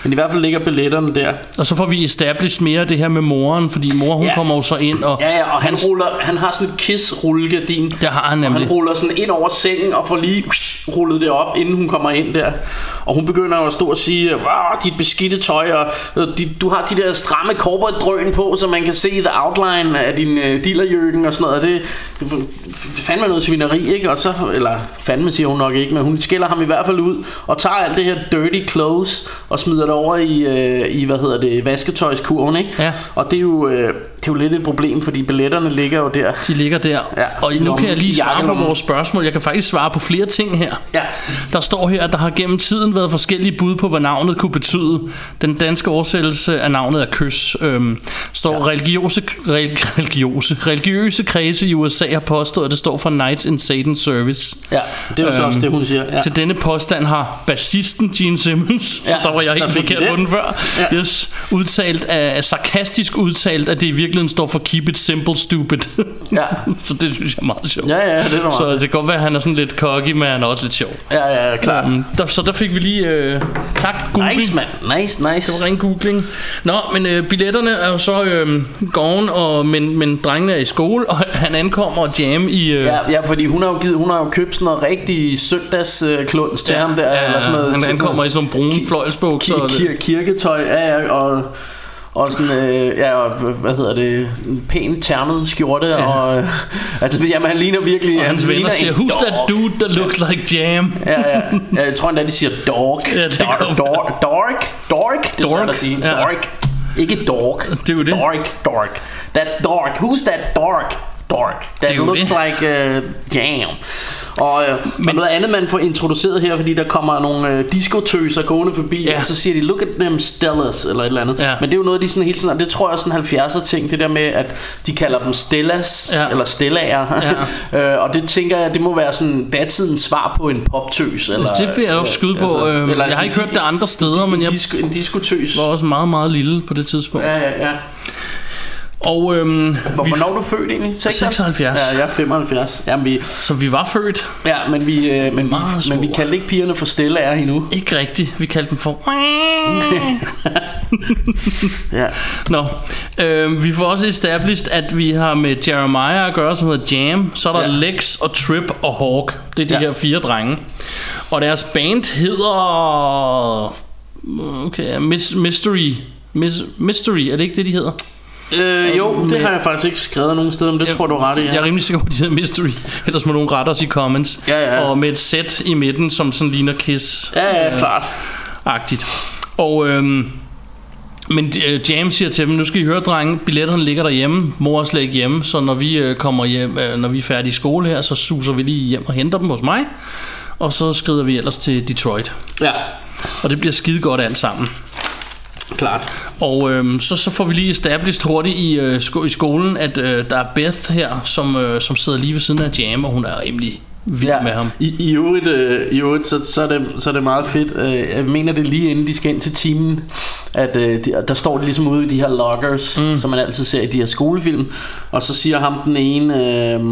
Speaker 4: Men i hvert fald ligger billetterne der.
Speaker 3: Og så får vi established mere det her med moren, fordi mor hun ja. kommer jo så ind og
Speaker 4: ja, ja, og han ruller, han har sådan et kiss rullegardin.
Speaker 3: Det har han nemlig.
Speaker 4: Og han ruller sådan ind over sengen og får lige ush, rullet det op, inden hun kommer ind der. Og hun begynder jo at stå og sige, dit beskidte tøj, og dit, du har de der stramme cowboydrøn på, så man kan se the outline af din uh, dealerjøkken og sådan noget. Og det, det fandme noget svineri, ikke? Og så, eller fandme siger hun nok ikke, men hun skiller ham i hvert fald ud og tager alt det her dirty clothes og smider det over i, uh, i hvad hedder det, vasketøjskurven, ikke?
Speaker 3: Ja.
Speaker 4: Og det er jo, uh, det er jo lidt et problem, fordi billetterne ligger jo der.
Speaker 3: De ligger der. Ja. Og nu kan jeg lige svare på vores spørgsmål. Jeg kan faktisk svare på flere ting her.
Speaker 4: Ja.
Speaker 3: Der står her, at der har gennem tiden været forskellige bud på, hvad navnet kunne betyde. Den danske oversættelse af navnet er kys. Øhm, står ja. religiøse, religiøse, religiøse kredse i U S A har påstået, at det står for Knights in Satan's Service.
Speaker 4: Ja, det er jo øhm, så også det, hun siger. Ja.
Speaker 3: Til denne påstand har bassisten Gene Simmons, ja, så der var jeg helt forkert på den før, ja. yes, udtalt af, sarkastisk udtalt, at det i virkeligheden står for Keep it simple, stupid. Ja. Så det synes jeg er meget sjovt.
Speaker 4: Ja, ja, det er meget.
Speaker 3: Så det kan godt være, at han er sådan lidt cocky, men han er også lidt sjov.
Speaker 4: Ja, ja, klart.
Speaker 3: Um, der, så der fik vi lige øh, tak, googling.
Speaker 4: Nice, man. Nice, nice.
Speaker 3: Det var ren googling. Nå, men øh, billetterne er jo så øh, gone, og, men, men drengene er i skole, og han ankommer og jam i... Øh,
Speaker 4: ja, ja, fordi hun har jo, givet, hun har jo købt sådan noget rigtig søndagskluns til
Speaker 3: ja,
Speaker 4: ham der.
Speaker 3: Ja,
Speaker 4: eller sådan noget,
Speaker 3: han ankommer i sådan nogle brune ki- fløjelsbukser.
Speaker 4: Ki- ki- kirketøj, ja, ja, og... Og sådan, øh, ja, og, hvad hedder det, en pæn ternet skjorte, ja. Og øh, altså, jamen, han ligner virkelig...
Speaker 3: Og hans venner siger, who's that dude that looks ja. like Jam?
Speaker 4: Ja, ja, ja, jeg tror endda, de siger dog.
Speaker 3: Ja, det
Speaker 4: dark, dark, dark, dark, dark, det er svært at sige, ja. Dark, ikke dog.
Speaker 3: Det er jo det.
Speaker 4: Dark, dark, that dark, who's that dark, dark, that looks det. like uh, Jam. Og, øh, men noget andet man får introduceret her, fordi der kommer nogle øh, diskotøser gående forbi, ja. Og så siger de look at them Stellas eller et eller andet, ja. Men det er jo noget de sådan hele tiden, det tror jeg er sådan halvfjerdser ting, det der med at de kalder dem Stellas, ja. Eller Stellaer, ja. øh, og det tænker jeg, det må være sådan datidens svar på en poptøs eller,
Speaker 3: det vil jeg også skyde på, altså, øh, jeg har ikke hørt det andre steder, men jeg
Speaker 4: disko, en diskotøs
Speaker 3: var også meget meget lille på det tidspunkt.
Speaker 4: Ja, ja, ja.
Speaker 3: Og øhm,
Speaker 4: hvornår er du født egentlig?
Speaker 3: seksoghalvfjerds.
Speaker 4: Ja, jeg er femoghalvfjerds. Jamen, vi,
Speaker 3: så vi var født.
Speaker 4: Ja, men vi, øh, men, vi, men vi kaldte ikke pigerne for Stellaer endnu.
Speaker 3: Ikke rigtigt. Vi kaldte dem for
Speaker 4: ja.
Speaker 3: Nå, øh, vi får også established, at vi har med Jeremiah at gøre, som hedder Jam. Så er der ja. Lex og Trip og Hawk. Det er de ja. her fire drenge. Og deres band hedder okay, Mystery Mystery, er det ikke det de hedder?
Speaker 4: Øh, jo, det har jeg faktisk ikke skrevet nogen steder, men det jeg, tror du ret i. Ja.
Speaker 3: Jeg er rimelig sikker på, at de hedder Mystery. Ellers må nogen rette os i comments.
Speaker 4: Ja, ja.
Speaker 3: Og med et sæt i midten, som sådan ligner Kiss.
Speaker 4: Ja, ja, øh, klart.
Speaker 3: Agtigt. Og øhm, men øh, Jam siger til dem, nu skal I høre, drenge, billetterne ligger derhjemme, mor er slet ikke hjemme, så når vi øh, kommer hjem, øh, når vi er færdige i skole her, så suser vi lige hjem og henter dem hos mig, og så skrider vi ellers til Detroit.
Speaker 4: Ja.
Speaker 3: Og det bliver skide godt alt sammen.
Speaker 4: Klart.
Speaker 3: Og øhm, så, så får vi lige established hurtigt i, øh, sko- i skolen, at øh, der er Beth her, som, øh, som sidder lige ved siden af Jam, og hun er rimelig vild ja. med ham.
Speaker 4: I, i øvrigt, øh, i øvrigt så, så, er det, så er det meget fedt. øh, Jeg mener det lige inden de skal ind til timen, at øh, de, der står de ligesom ude i de her loggers, mm. som man altid ser i de her skolefilm. Og så siger ham den ene... Øh,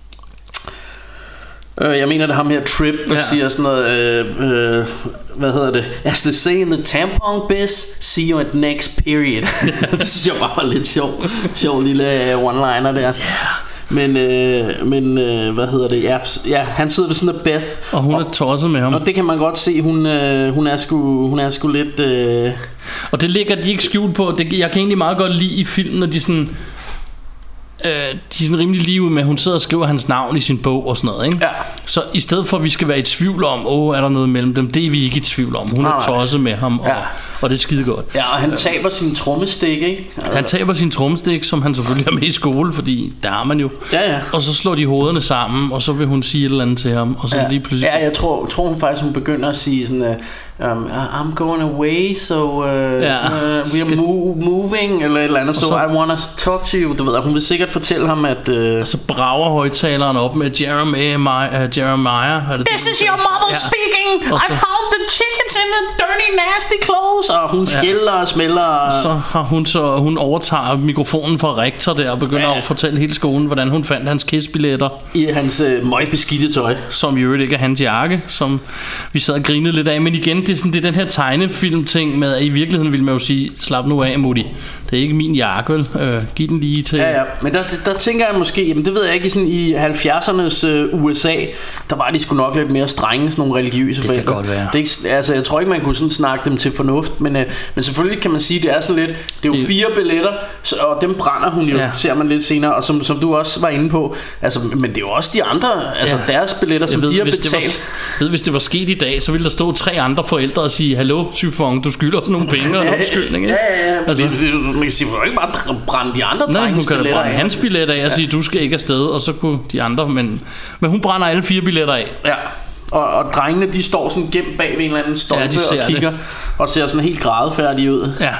Speaker 4: Jeg mener det ham her Trip, der ja. siger sådan noget øh, øh, hvad hedder det, as they say in the tampon biz, see you at next period. Det synes jeg bare var lidt sjov. Sjov lille one-liner der. Yeah. Men, øh, men øh, hvad hedder det, ja, ja, han sidder ved sådan af Beth,
Speaker 3: og hun er tosset med ham.
Speaker 4: Og det kan man godt se, hun, øh, hun, er, sgu, hun er sgu lidt øh...
Speaker 3: Og det ligger de ikke skjult på det, jeg kan egentlig meget godt lide i filmen, når de sådan Øh, de er sådan rimelig lige ud med, at hun sidder og skriver hans navn i sin bog og sådan noget, ikke?
Speaker 4: Ja.
Speaker 3: Så i stedet for at vi skal være i tvivl om, åh, oh, er der noget mellem dem, det er vi ikke i tvivl om. Hun er tosset med ham, og, ja. og det er skide godt.
Speaker 4: Ja, og han taber sin trommestik, ikke? Altså.
Speaker 3: Han taber sin trommestik, som han selvfølgelig har med i skole, fordi der har man jo.
Speaker 4: Ja, ja.
Speaker 3: Og så slår de hovederne sammen, og så vil hun sige et eller andet til ham, og så
Speaker 4: ja.
Speaker 3: lige pludselig.
Speaker 4: Ja, jeg tror, tror hun faktisk, hun begynder at sige sådan... Uh, Um, I'm going away, so uh,
Speaker 3: ja.
Speaker 4: uh, we are move, moving eller et eller andet, so så, I want to talk to you. Du ved, hun vil sikkert fortælle ham, at uh,
Speaker 3: så brager højtaleren op med Jeremiah, uh, Jeremiah
Speaker 4: det, This is your mother ja. speaking. I found the chickens in the dirty nasty clothes. Og hun ja. skælder og smælder og...
Speaker 3: Så har hun så hun overtager mikrofonen fra rektor der og begynder ja. at fortælle hele skolen, hvordan hun fandt hans Kiss-billetter
Speaker 4: i hans uh, møgbeskidte tøj,
Speaker 3: som i øvrigt ikke er hans jakke, som vi sad og grinede lidt af. Men igen, det det er sådan, det er den her tegnefilm ting med, at i virkeligheden vil man jo sige, slap nu af, Moody. Det er ikke min jakke, vel? Øh, giv den lige til...
Speaker 4: Ja, ja, men der, der tænker jeg måske, jamen det ved jeg ikke, sådan i halvfjerdsernes uh, U S A, der var de sgu nok lidt mere strenge, sådan nogle religiøse forældre.
Speaker 3: Det kan godt være.
Speaker 4: Det er ikke, altså, jeg tror ikke, man kunne sådan snakke dem til fornuft, men, uh, men selvfølgelig kan man sige, det er sådan lidt, det er jo det... fire billetter, så, og dem brænder hun jo, ja. Ser man lidt senere, og som, som du også var inde på, altså, men det er jo også de andre, altså ja. Deres billetter, som ved, de har betalt.
Speaker 3: Det var, jeg ved, hvis det var sket i dag, så ville der stå tre andre forældre og sige, hallo, Syfong, du skylder os nogle penge og en undskyldning, ikke?
Speaker 4: Ja, ja, ja. Altså, man kan sige, man kan ikke bare brænde de andre
Speaker 3: nej,
Speaker 4: drenges billetter af. Nej, hun kan
Speaker 3: brænde hans billetter af og sige, du skal ikke afsted, og så kunne de andre, men, men hun brænder alle fire billetter af.
Speaker 4: Ja, og, og drengene, de står sådan gemt bag ved en eller anden stolpe ja, og kigger, det. Og ser sådan helt grædefærdige ud.
Speaker 3: Ja,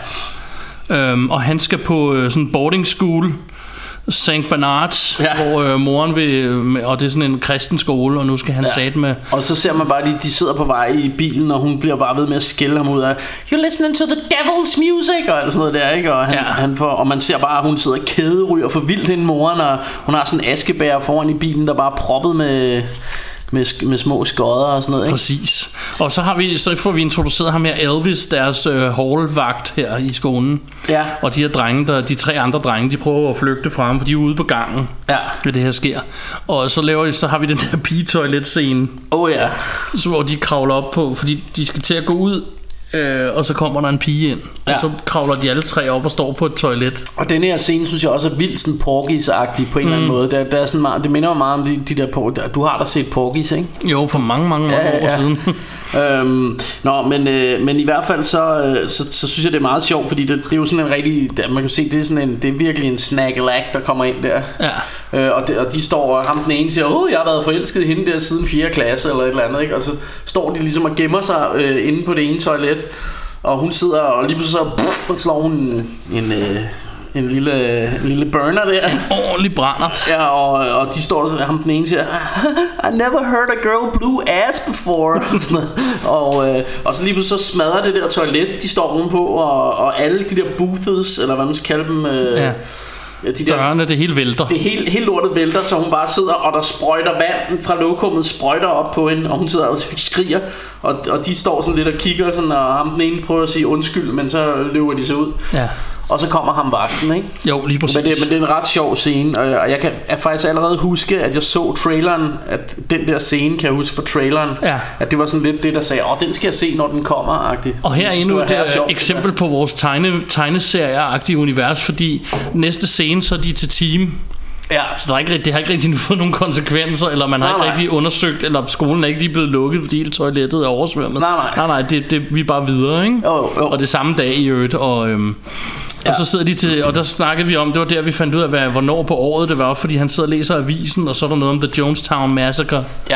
Speaker 3: øhm, og han skal på øh, sådan boarding school, Saint Bernards, ja. Hvor øh, moren vil, og det er sådan en kristen skole, og nu skal han ja. Sat med.
Speaker 4: Og så ser man bare, de, de sidder på vej i bilen, og hun bliver bare ved med at skælde ham ud af, you're listening to the devil's music, og alt sådan noget der, ikke? Og, han, ja. han får, og man ser bare, at hun sidder og kæderyger for vildt hende moren, og hun har sådan en askebær foran i bilen, der bare er proppet med... Med, med små skodder og sådan noget, ikke?
Speaker 3: Præcis. Og så har vi så får vi introduceret ham her Elvis, deres øh, hallvagt her i skolen.
Speaker 4: Ja. Og
Speaker 3: de her drenge, der, de tre andre drenge, de prøver at flygte fra ham, for de er ude på gangen.
Speaker 4: Ja.
Speaker 3: Ved det her sker. Og så laver de, så har vi den der pigetoilet-scene.
Speaker 4: Oh ja.
Speaker 3: Så hvor de kravler op på, fordi de skal til at gå ud. Øh, og så kommer der en pige ind, ja. Og så kravler de alle tre op og står på et toilet.
Speaker 4: Og den her scene synes jeg også er vildt sådan Porky's-agtig på en mm. eller anden måde. Der, der er sådan meget, det minder jo meget om de, de der på. Du har da set Porky's, ikke?
Speaker 3: Jo, for mange, mange, mange ja, år ja. Siden.
Speaker 4: øhm, Nå, men, øh, men i hvert fald så, så, så synes jeg det er meget sjovt, fordi det, det er jo sådan en rigtig, man kan se, det er sådan en, det er virkelig en snaggelag, der kommer ind der.
Speaker 3: Ja.
Speaker 4: Øh, og, de, og de står, og ham den ene siger, åh, jeg har været forelsket i hende der siden fjerde klasse eller et eller andet, ikke? Og så står de ligesom og gemmer sig øh, inde på det ene toilet. Og hun sidder, og lige pludselig så pff, slår hun en, øh, en, lille, en lille burner der.
Speaker 3: En ordentlig brænder.
Speaker 4: Ja, og, og de står sådan, ham den ene siger, I never heard a girl blue ass before. og, øh, og så lige pludselig så smadrer det der toilet, de står ovenpå, og, og alle de der booths, eller hvad man skal kalde dem... Øh,
Speaker 3: ja. Ja, de der, dørene, det hele vælter.
Speaker 4: Det hele, hele lortet vælter, så hun bare sidder, og der sprøjter vand fra lokummet, sprøjter op på hende, og hun sidder og skriger, og, og de står sådan lidt og kigger, sådan, og ham den ene prøver at sige undskyld, men så løber de sig ud.
Speaker 3: Ja.
Speaker 4: Og så kommer ham vagten, ikke?
Speaker 3: Jo, lige præcis.
Speaker 4: Men det, men det er en ret sjov scene, og jeg kan jeg faktisk allerede huske, at jeg så traileren, at den der scene, kan jeg huske fra traileren,
Speaker 3: ja.
Speaker 4: At det var sådan lidt det, der sagde, åh, den skal jeg se, når den kommer-agtigt.
Speaker 3: Og her er endnu et eksempel på vores tegne, tegneserie-agtige univers, fordi næste scene, så er de til team.
Speaker 4: Ja.
Speaker 3: Så der er ikke, det har ikke rigtig fået nogen konsekvenser, eller man har nej, ikke nej. rigtig undersøgt, eller skolen er ikke lige blevet lukket, fordi hele toilettet er oversvømmet.
Speaker 4: Nej, nej,
Speaker 3: nej, nej det, det, vi er bare videre, ikke?
Speaker 4: Jo, jo. Og
Speaker 3: det samme dag i øvrigt, og... Øhm, ja. Og så sidder de til, og der snakkede vi om, det var der vi fandt ud af, hvad, hvornår på året det var, fordi han sidder og læser avisen, og så er der noget om The Jonestown Massacre.
Speaker 4: Ja.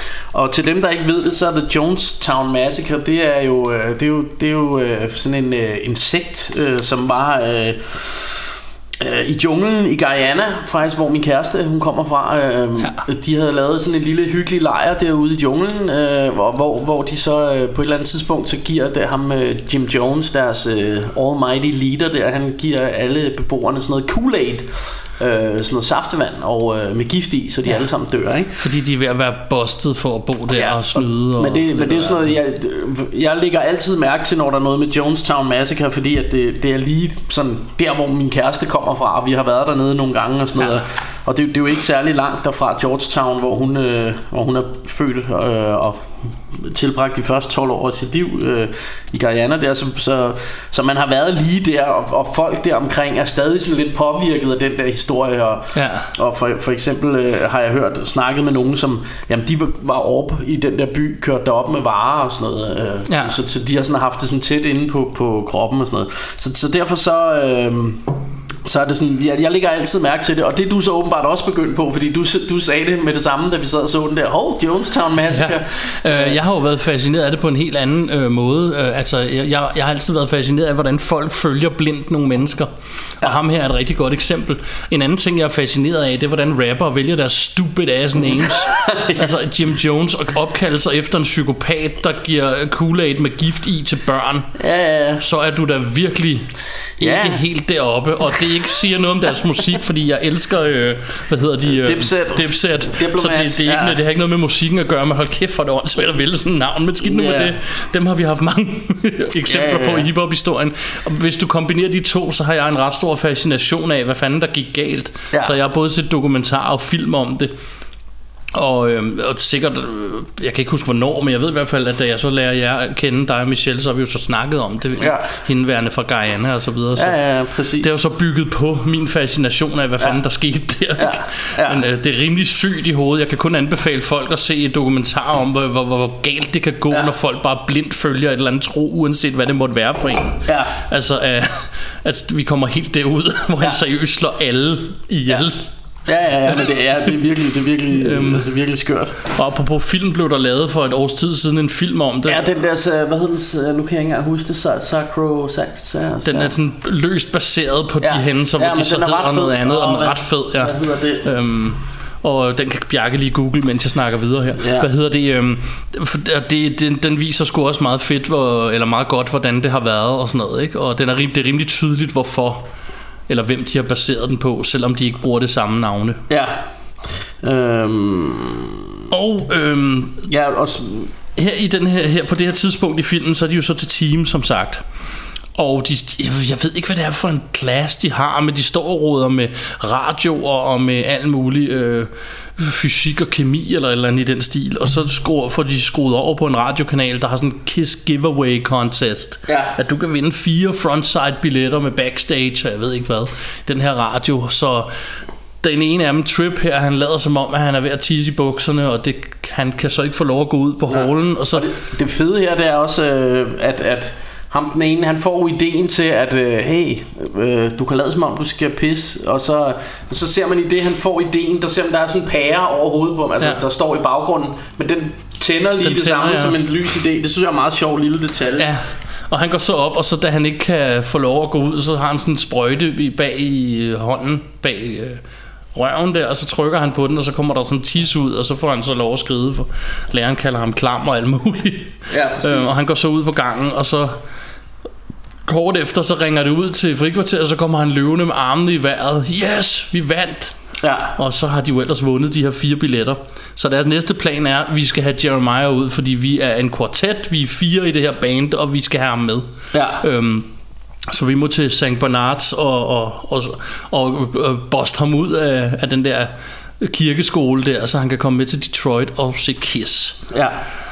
Speaker 4: Og til dem der ikke ved det, så er The Jonestown Massacre, det er jo det er jo det er jo sådan en en sekt, som var øh, i junglen i Guyana, faktisk, hvor min kæreste hun kommer fra. øh, ja. De havde lavet sådan en lille hyggelig lejr derude i junglen, øh, hvor, hvor, hvor de så øh, på et eller andet tidspunkt så giver det ham øh, Jim Jones, deres øh, almighty leader der, han giver alle beboerne sådan noget Kool-Aid, øh, sådan noget saftevand og øh, med gift i, så de ja. alle sammen dør, ikke?
Speaker 3: Fordi de er ved at være busted for at bo der ja. og snyde.
Speaker 4: Og, men det, og men det er sådan noget, jeg, jeg lægger altid mærke til, når der er noget med Jonestown Massacre, fordi at det, det er lige sådan der, hvor min kæreste kommer fra, og vi har været dernede nogle gange og sådan ja. noget. Og det, det er jo ikke særlig langt derfra, Georgetown, hvor hun, øh, hvor hun er født øh, og tilbragt de første tolv år af sit liv øh, i Guyana der, så, så, så man har været lige der, og, og folk der omkring er stadig sådan lidt påvirket af den der historie, og,
Speaker 3: ja.
Speaker 4: og for, for eksempel øh, har jeg hørt snakket med nogen, som jamen de var, var oppe i den der by, kørt derop med varer og sådan noget, øh,
Speaker 3: ja.
Speaker 4: så, så de har sådan haft det sådan tæt inde på, på kroppen og sådan noget, så, så derfor så øh, så er det sådan, jeg, jeg lægger altid mærke til det, og det er du så åbenbart også begyndt på, fordi du, du sagde det med det samme, da vi sad og så den der, oh, Jonestown Massacre.
Speaker 3: Ja. Øh, jeg har jo været fascineret af det på en helt anden øh, måde. Øh, altså, jeg, jeg, jeg har altid været fascineret af, hvordan folk følger blindt nogle mennesker. Ja. Og ham her er et rigtig godt eksempel. En anden ting, jeg er fascineret af, det er, hvordan rapper vælger deres stupid ass names. ja. Altså Jim Jones og opkalder sig efter en psykopat, der giver Kool-Aid med gift i til børn.
Speaker 4: Ja, ja, ja.
Speaker 3: Så er du da virkelig ikke ja. helt deroppe. Og det ikke siger noget om deres musik, fordi jeg elsker, øh, hvad hedder de? Øh,
Speaker 4: Dipset.
Speaker 3: Dipset.
Speaker 4: Diplomat,
Speaker 3: så det, det, er ikke,
Speaker 4: ja.
Speaker 3: det har ikke noget med musikken at gøre, men hold kæft for det åndssvagt at vælge sådan en navn, men skidt nu
Speaker 4: Yeah.
Speaker 3: med det. Dem har vi haft mange eksempler
Speaker 4: Ja, ja, ja.
Speaker 3: på i hiphop-historien. Og hvis du kombinerer de to, så har jeg en ret stor fascination af, hvad fanden der gik galt.
Speaker 4: Ja.
Speaker 3: Så jeg har både set dokumentarer og film om det. Og, øh, og sikkert, øh, jeg kan ikke huske hvornår, men jeg ved i hvert fald, at da jeg så lærer jer at kende dig og Michelle, så har vi jo så snakket om det,
Speaker 4: ja.
Speaker 3: hindeværende fra Guyana og så videre. Så
Speaker 4: ja, ja, præcis.
Speaker 3: det er jo så bygget på min fascination af, hvad fanden ja. der skete der.
Speaker 4: Ja. Ja.
Speaker 3: Men øh, det er rimelig sygt i hovedet. Jeg kan kun anbefale folk at se et dokumentar om, hvor, hvor, hvor galt det kan gå, ja. når folk bare blindt følger et eller andet tro, uanset hvad det måtte være for en.
Speaker 4: Ja.
Speaker 3: Altså, øh, at vi kommer helt derud, hvor ja. han seriøst slår alle ihjel. Ja.
Speaker 4: Ja, ja, ja, men det er, det er virkelig, det er virkelig, øhm, det er virkelig skørt.
Speaker 3: Og apropos film, blev der lavet for et års tid siden en film om det.
Speaker 4: Ja, den der, hvad hedder den, nu kan jeg ikke engang huske det, Sacro, Sacro,
Speaker 3: den er sådan løst baseret på ja. de hændelser, hvor
Speaker 4: ja,
Speaker 3: de så hedder noget andet, og den er ret fed, ja.
Speaker 4: Hvad hedder det?
Speaker 3: Øhm, og den kan Bjarke lige google, mens jeg snakker videre her. Ja. Hvad hedder det? Øhm, det den, den viser sgu også meget fedt, hvor, eller meget godt, hvordan det har været og sådan noget, ikke? Og den er, det er rimelig tydeligt, hvorfor eller hvem de har baseret den på, selvom de ikke bruger det samme navne.
Speaker 4: Ja. Øhm.
Speaker 3: Og øhm,
Speaker 4: ja, også
Speaker 3: her i den her, her på det her tidspunkt i filmen, så er de jo så til team, som sagt. Og de, jeg ved ikke hvad det er for en klasse de har, men de står og roder med radioer og med alt muligt øh, fysik og kemi eller et eller andet i den stil. Og så skruer, får de skruet over på en radiokanal, der har sådan en Kiss Giveaway Contest,
Speaker 4: ja.
Speaker 3: at du kan vinde fire frontside billetter med backstage og jeg ved ikke hvad, den her radio. Så den ene af dem, Trip her, han lader som om at han er ved at tisse i bukserne, og det, han kan så ikke få lov at gå ud på hallen. Og så
Speaker 4: og det, det fede her, det er også øh, at, at ham den ene, han får ideen til at øh, hey, øh, du kan lade som om du skal pisse. Og så, og så ser man i det, han får ideen, der ser man der er sådan en pære over hovedet på ham, altså, ja. der står i baggrunden, men den tænder lige den det tænder, samme ja. som en lys idé. Det synes jeg er en meget sjov lille detalje.
Speaker 3: Ja. Og han går så op, og så da han ikke kan få lov at gå ud, så har han sådan en sprøjte bag i hånden, bag øh, røven der, og så trykker han på den, og så kommer der sådan en tis ud, og så får han så lov at skride, for læreren kalder ham klam og alt muligt.
Speaker 4: Ja,
Speaker 3: øhm, og han går så ud på gangen, og så kort efter, så ringer det ud til frikvarteret, og så kommer han løvende med armene i vejret. Yes, vi vandt!
Speaker 4: Ja.
Speaker 3: Og så har de jo ellers vundet de her fire billetter. Så deres næste plan er, at vi skal have Jeremiah ud, fordi vi er en kvartet, vi er fire i det her band, og vi skal have ham med.
Speaker 4: Ja.
Speaker 3: Øhm, så vi må til Sankt Bernards og, og, og, og, og boste ham ud af, af den der kirkeskole der, så han kan komme med til Detroit og se Kiss.
Speaker 4: Ja.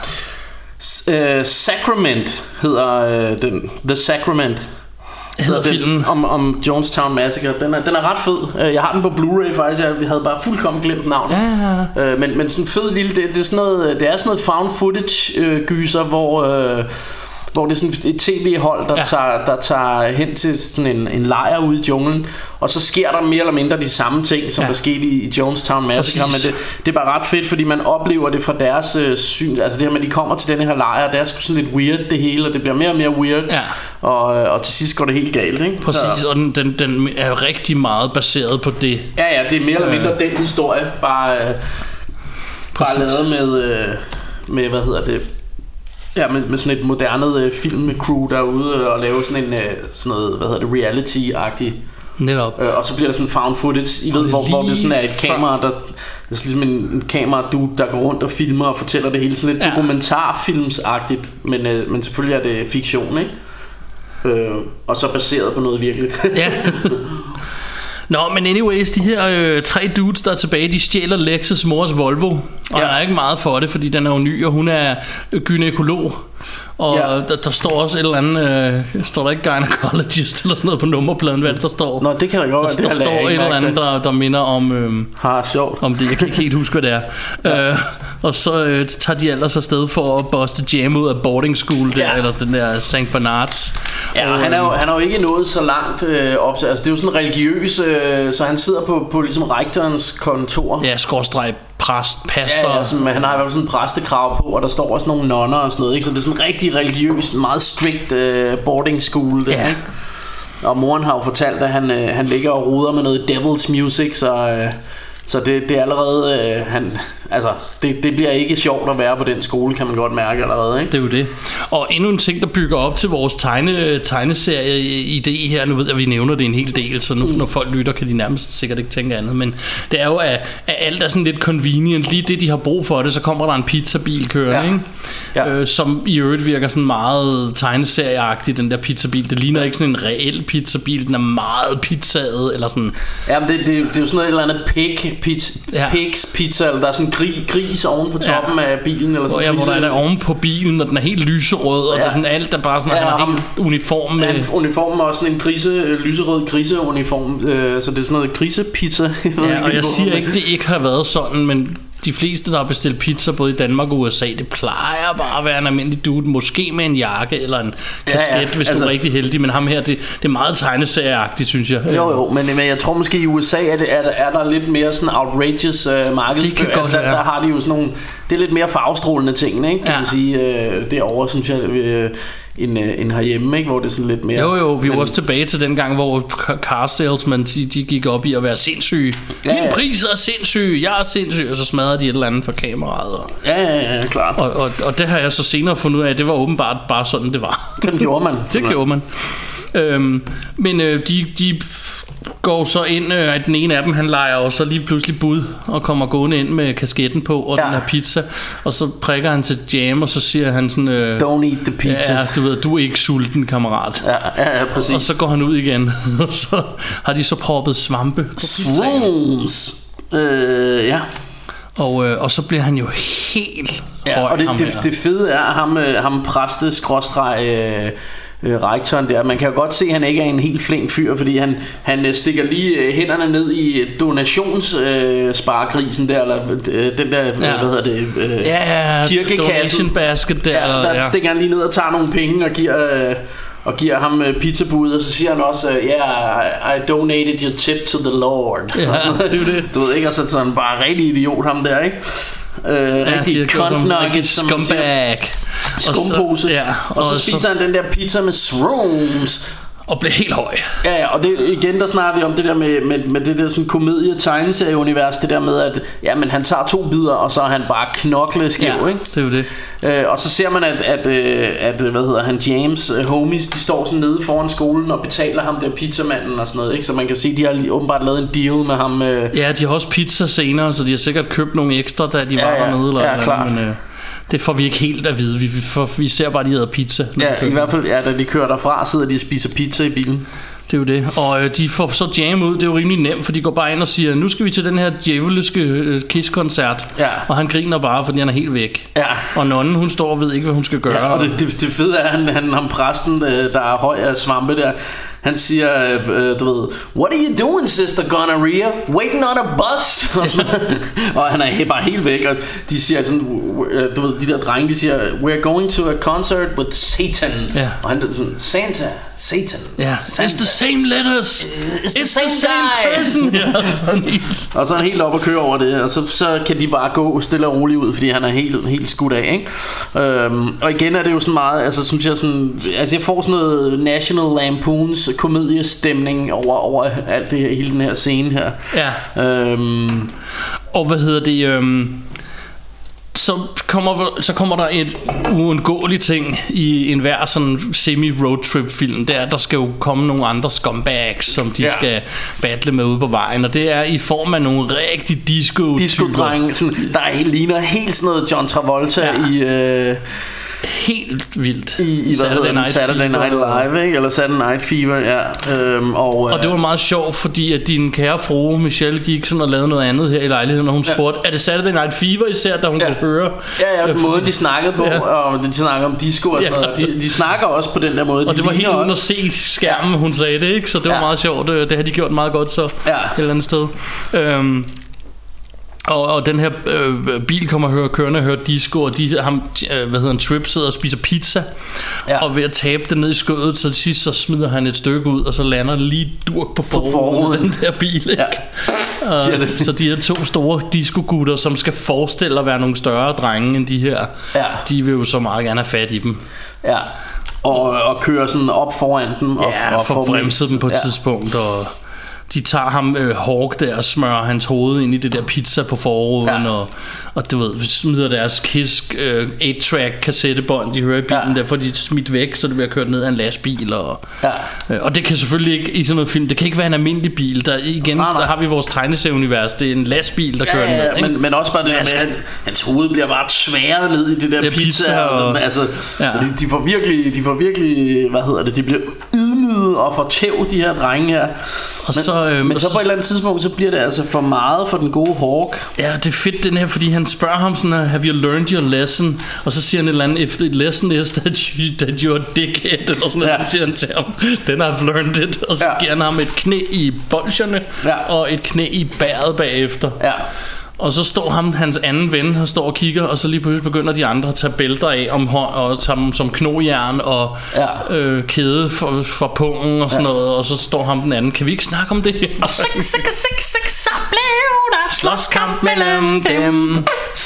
Speaker 4: Uh, Sacrament hedder uh, den. The Sacrament
Speaker 3: hedder filmen
Speaker 4: om, om Jonestown Massacre. Den er, den er ret fed. Jeg har den på Blu-ray faktisk. Jeg, vi havde bare fuldkommen glemt navnet.
Speaker 3: Ja, ja.
Speaker 4: Uh, men, men sådan fed lille, det, det, er sådan noget, det er sådan noget found footage uh, gyser, hvor uh, hvor det er sådan et tv-hold, der, ja. tager, der tager hen til sådan en, en lejr ude i junglen, og så sker der mere eller mindre de samme ting, som ja. der skete i, i Jonestown Massacre. Men det, det er bare ret fedt, fordi man oplever det fra deres øh, syn. Altså det her med, at de kommer til den her lejr, det er sgu sådan lidt weird det hele, og det bliver mere og mere weird,
Speaker 3: ja. og,
Speaker 4: og til sidst går det helt galt, ikke?
Speaker 3: Præcis, så. Og den, den, den er rigtig meget baseret på det.
Speaker 4: Ja, ja, det er mere eller mindre øh. den historie, bare, øh, bare lavet med, øh, med, hvad hedder det, ja, med, med sådan et moderne øh, filmcrew derude og lave sådan en øh, sådan noget, hvad hedder det, reality-agtig.
Speaker 3: Netop.
Speaker 4: Øh, og så bliver der sådan found footage, I ved, hvor, hvor det sådan er et kamera, der det er ligesom en, en kamera dude, der går rundt og filmer og fortæller det hele sådan lidt ja. dokumentarfilmsagtigt, men øh, men selvfølgelig er det fiktion, ikke? Øh, og så baseret på noget virkeligt. Ja.
Speaker 3: Nå, men anyways, de her øh, tre dudes, der er tilbage, de stjæler Lexes mors Volvo. Og ja. der er ikke meget for det, fordi den er jo ny, og hun er gynekolog. Og ja. der, der står også et eller andet, øh, står der ikke gynecologist eller sådan noget på nummerpladen, hvad der står?
Speaker 4: Nå, det kan da godt være.
Speaker 3: Der, der står et eller andet, der, der minder om, øh,
Speaker 4: ha, sjovt.
Speaker 3: om det, jeg kan ikke helt huske, hvad det er. Ja. Øh, og så øh, tager de ellers afsted for at buste jam ud af boarding school der, ja. eller den der Sankt Bernards.
Speaker 4: Ja, og han er jo, han er jo ikke nået så langt øh, op til, altså det er jo sådan religiøs, øh, så han sidder på, på ligesom rektorens kontor.
Speaker 3: Ja, skråstreg præst, pastor.
Speaker 4: Ja, ja, altså, han har i hvert fald sådan en præstekrav på, og der står også nogle nonner og sådan noget, ikke? Så det er sådan rigtig religiøs, meget strict øh, boarding school der, ja. ikke? Og moren har jo fortalt, at han, øh, han ligger og ruder med noget devil's music, så, øh, Så det, det er allerede øh, han, altså, det, det bliver ikke sjovt at være på den skole, kan man godt mærke allerede, ikke?
Speaker 3: Det er jo det. Og endnu en ting, der bygger op til vores tegne, tegneserie-idé her. Nu ved jeg, at vi nævner det en hel del, så nu, når folk lytter, kan de nærmest sikkert ikke tænke andet. Men det er jo, at, at alt er sådan lidt convenient. Lige det, de har brug for det, så kommer der en pizzabil kørende, ja. Ikke? Ja. Øh, som i øvrigt virker sådan meget tegneserieagtigt, den der pizzabil. Det ligner ikke sådan en reel pizzabil. Den er meget pizzaet, eller sådan.
Speaker 4: Ja, men det, det, det er jo sådan noget et eller andet pig pizza, ja. Pigs pizza, eller der er sådan en gris, gris oven på toppen ja. Af bilen, eller sådan.
Speaker 3: Ja, hvor der er der oven på bilen, og den er helt lyserød, og ja. Der er sådan alt, der bare sådan, ja, han har helt uniform med. Ja,
Speaker 4: uniformen er også sådan en grise, lyserød griseuniform, øh, så det er sådan noget grisepizza.
Speaker 3: Ja, og jeg siger ikke, det ikke har været sådan, men de fleste, der har bestilt pizza både i Danmark og U S A, det plejer bare at være en almindelig dude, måske med en jakke eller en kasket, ja, ja. Hvis altså, du er rigtig heldig. Men ham her, det, det er meget tegneserieagtigt, synes jeg.
Speaker 4: Jo, jo, men, men jeg tror måske i U S A er, det, er, er der lidt mere sådan outrageous uh, markedsføring. Altså, der, der har de jo sådan nogle, det er lidt mere farvestrålende ting, ikke? Kan ja. Man sige, uh, derovre, synes jeg, uh, end, end herhjemme, ikke? Hvor det er sådan lidt mere.
Speaker 3: Jo, jo, vi er også tilbage til den gang, hvor car salesmen, de, de gik op i at være sindssyge. Ja, ja. Min pris er sindssyg, jeg er sindssyg, og så smadrede de et eller andet for kameraet. Og,
Speaker 4: ja, ja, ja, klart.
Speaker 3: Og, og, og det har jeg så senere fundet ud af, det var åbenbart bare sådan, det var.
Speaker 4: Det gjorde man.
Speaker 3: det gjorde man. Øhm, men øh, de, de går så ind, øh, at den ene af dem, han leger og så lige pludselig bud og kommer gående ind med kasketten på og ja. Den her pizza, og så prikker han til Jam, og så siger han sådan øh,
Speaker 4: don't eat the pizza.
Speaker 3: Ja, du ved, du er ikke sulten, kammerat.
Speaker 4: Ja, ja, ja, præcis.
Speaker 3: Og så går han ud igen, og så har de så proppet svampe på pizzaen.
Speaker 4: Øh, ja.
Speaker 3: Og, øh, og så bliver han jo helt
Speaker 4: ja, høj, og det, det, det fede er ham, ham præste skråstreg øh, Øh, rektoren der. Man kan jo godt se, at han ikke er en helt flink fyr, fordi han, han stikker lige øh, hænderne ned i donationssparegrisen øh, der, eller øh, den der, ja. Hvad hedder det, øh,
Speaker 3: ja, ja,
Speaker 4: kirkekassen.
Speaker 3: Basket der,
Speaker 4: ja, der ja. Stikker han lige ned og tager nogle penge og giver, øh, og giver ham øh, pizzabud, og så siger han også, ja, uh, yeah, I, I donated your tip to the Lord.
Speaker 3: Ja, det er det.
Speaker 4: Du ved ikke, og så sådan bare rigtig idiot ham der, ikke? Øh,
Speaker 3: ja,
Speaker 4: rigtig cunt-nugget,
Speaker 3: scumbag.
Speaker 4: Skumpose.
Speaker 3: Ja,
Speaker 4: og, og så, så spiser så, han den der pizza med shrooms
Speaker 3: og bliver helt høj.
Speaker 4: Ja, ja, og det, igen der snakker vi om det der med, med, med det der sådan komedie tegneserieunivers, det der med at ja, men han tager to bidder, og så er han bare knokleskæv,
Speaker 3: ja,
Speaker 4: ikke?
Speaker 3: Det er jo det.
Speaker 4: Øh, og så ser man at, at, at, at hvad hedder han, James uh, homies, de står sådan nede foran skolen og betaler ham der pizzamanden og sådan noget, ikke? Så man kan se, de har lige åbenbart lavet en deal med ham. Øh.
Speaker 3: Ja, de har også pizza senere, så de har sikkert købt nogle ekstra, da de
Speaker 4: ja,
Speaker 3: var
Speaker 4: ja,
Speaker 3: dernede eller
Speaker 4: ja, klar.
Speaker 3: Men, øh, det får vi ikke helt at vide. Vi, vi, får, vi ser bare, at de æder pizza.
Speaker 4: Ja, i hvert fald, ja, da de kører derfra, sidder de og spiser pizza i bilen.
Speaker 3: Det er jo det. Og øh, de får så Jam ud. Det er jo rimelig nemt, for de går bare ind og siger, nu skal vi til den her djæveliske øh, Kiss-koncert.
Speaker 4: Ja.
Speaker 3: Og han griner bare, fordi han er helt væk.
Speaker 4: Ja.
Speaker 3: Og nonnen, hun står og ved ikke, hvad hun skal gøre.
Speaker 4: Ja, og det, det, det fede er, at han, han, ham præsten, der er høj af svampe der, han siger, øh, du ved, what are you doing, sister gonorrhea? Waiting on a bus? Og han er bare helt væk, og de siger sådan, du ved, de der drenge, de siger, we're going to a concert with Satan.
Speaker 3: Ja.
Speaker 4: Og han er sådan, Santa, Satan.
Speaker 3: Ja.
Speaker 4: Santa.
Speaker 3: It's the same letters.
Speaker 4: It's, It's
Speaker 3: the,
Speaker 4: the
Speaker 3: same,
Speaker 4: same guy.
Speaker 3: person. Ja, sådan
Speaker 4: og så er han helt op og køre over det, og så, så kan de bare gå stille og roligt ud, fordi han er helt, helt skudt af, ikke? Øhm, og igen er det jo sådan meget, altså synes jeg sådan, altså jeg får sådan noget National Lampoons komediestemning over, over alt det her, hele den her scene her.
Speaker 3: Ja.
Speaker 4: Øhm,
Speaker 3: og hvad hedder det? Øhm, så kommer så kommer der et uundgåeligt ting i enhver sådan semi roadtrip film. Det er, der skal jo komme nogle andre scumbags, som de ja. skal battle med ude på vejen, og det er i form af nogle rigtig disco
Speaker 4: disco-drenge, der er, ligner helt sådan noget John Travolta ja. i øh,
Speaker 3: helt vildt
Speaker 4: i, i Saturday, Night, Saturday Night Live, ikke? Eller Saturday Night Fever, ja. Øhm, og,
Speaker 3: og det var meget sjovt, fordi at din kære frue Michelle gik sådan og lavede noget andet her i lejligheden, og hun ja. spurgte, er det Saturday Night Fever især, da hun
Speaker 4: ja.
Speaker 3: kunne høre?
Speaker 4: Ja, ja, den måde de snakkede på, ja. og de snakker om disco og sådan ja. noget. De, de snakker også på den der måde.
Speaker 3: Og
Speaker 4: de
Speaker 3: det var helt uden
Speaker 4: også.
Speaker 3: at se skærmen, hun sagde det, ikke? Så det var ja. meget sjovt. Det har de gjort meget godt så
Speaker 4: ja.
Speaker 3: et eller andet sted. Øhm, Og, og den her øh, bil kommer og hører kørende og hører disco, og de, ham, øh, hvad hedder han, Trip sidder og spiser pizza, ja. og ved at tabe det ned i skødet, så til sidst så smider han et stykke ud, og så lander det lige durk på forruden, den der bil, ikke? Ja. Og, så de her to store disco-gutter, som skal forestille at være nogle større drenge end de her,
Speaker 4: ja.
Speaker 3: de vil jo så meget gerne have fat i dem.
Speaker 4: Ja. Og, og kører sådan op foran dem og,
Speaker 3: ja,
Speaker 4: og
Speaker 3: får bremset dem på et ja. tidspunkt, og de tager ham øh, Hawk der og smører hans hoved ind i det der pizza på forruden, ja. og, og du ved, smider deres Kiss øh, otte track kassettebånd, de hører i bilen, ja. Der får de smidt væk, så det bliver kørt ned af en lastbil, og, ja. øh, og det kan selvfølgelig ikke i sådan noget film, det kan ikke være en almindelig bil, der igen, nej, nej. Der har vi vores tegneserieunivers, det er en lastbil, der ja, kører
Speaker 4: ja,
Speaker 3: ned, ikke?
Speaker 4: Men, men også bare det der med, at hans hoved bliver bare sværet ned i det der ja, pizza, pizza og, og altså, ja. de, de får virkelig, de får virkelig, hvad hedder det, de bliver ydmyget og får tæv, de her drenge her. Og men, så, øh, men så på et eller andet tidspunkt, så bliver det altså for meget for den gode Hawk.
Speaker 3: Ja, det er fedt den her, fordi han spørger ham sådan, have you learned your lesson? Og så siger han et eller andet, if the lesson is that, you, that you're a dickhead, eller sådan noget, ja. Siger han til ham, then I've learned it. Og så ja. Giver han ham et knæ i bolsjerne, ja. Og et knæ i bæret bagefter. Ja. Og så står ham, hans anden ven, han står og kigger, og så lige pludselig begynder de andre at tage bælter af om hånd, og tage dem som knojern og ja. øh, kæde for, for pungen og sådan ja. Noget. Og så står ham den anden, kan vi ikke snakke om det? Og så, så, så, så, så blev der slåskamp mellem dem.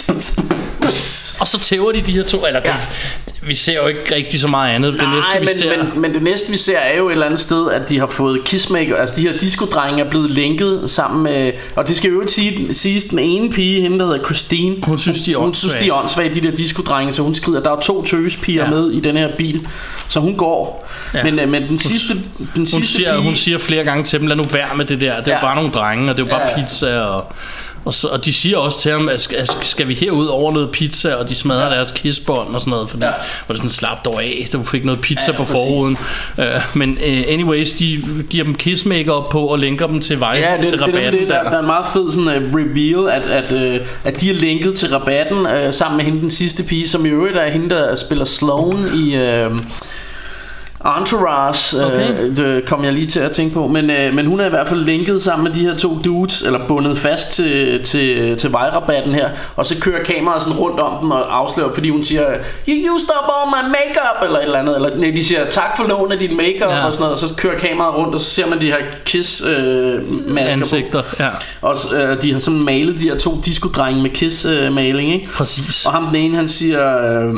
Speaker 3: Og så tæver de de her to, eller ja. det, vi ser jo ikke rigtig så meget andet.
Speaker 4: Nej,
Speaker 3: det næste, vi
Speaker 4: men,
Speaker 3: ser...
Speaker 4: men, men det næste vi ser er jo et eller andet sted, at de har fået kissmaker. Altså de her disco-drenge er blevet linket sammen med, og det skal jo ikke sige, siges, den ene pige, hende der hedder Christine,
Speaker 3: hun synes de er
Speaker 4: hun synes de er åndssvage, de der disco-drenge, så hun skrider. Der er to tøsepiger ja. Med i den her bil, så hun går. Ja. Men, men den sidste, den
Speaker 3: hun,
Speaker 4: sidste
Speaker 3: siger,
Speaker 4: pige,
Speaker 3: hun siger flere gange til dem, lad nu være med det der. Det er ja. Jo bare nogle drenge, og det er jo bare ja. Pizza og... Og, så, og de siger også til ham, at skal, skal vi herud over noget pizza, og de smadrer ja. Deres kissbånd og sådan noget, fordi ja. Var det sådan slapt over af, du fik noget pizza ja, på forhuden. Uh, men uh, anyways, de giver dem kiss make-up på og linker dem til vej
Speaker 4: ja, det,
Speaker 3: til
Speaker 4: det,
Speaker 3: rabatten.
Speaker 4: Det, det, der. Der, der er en meget fed sådan, uh, reveal, at, at, uh, at de er linket til rabatten uh, sammen med hende, den sidste pige, som i øvrigt er hende, der spiller Sloane i... Uh, Entourage, okay. øh, det kom jeg lige til at tænke på. Men, øh, men hun er i hvert fald linket sammen med de her to dudes, eller bundet fast til, til, til vejrabatten her. Og så kører kameraet sådan rundt om dem og afslører, fordi hun siger, you used up all my makeup, eller et eller andet. Eller nej, de siger, tak for lån af din makeup, ja. Og sådan noget. Og så kører kameraet rundt, og så ser man de her Kiss-masker øh,
Speaker 3: ansigter,
Speaker 4: på.
Speaker 3: Ja.
Speaker 4: Og øh, de har sådan malet de her to disco-drenge med Kiss-maling, øh, ikke?
Speaker 3: Præcis.
Speaker 4: Og ham den ene, han siger... Øh,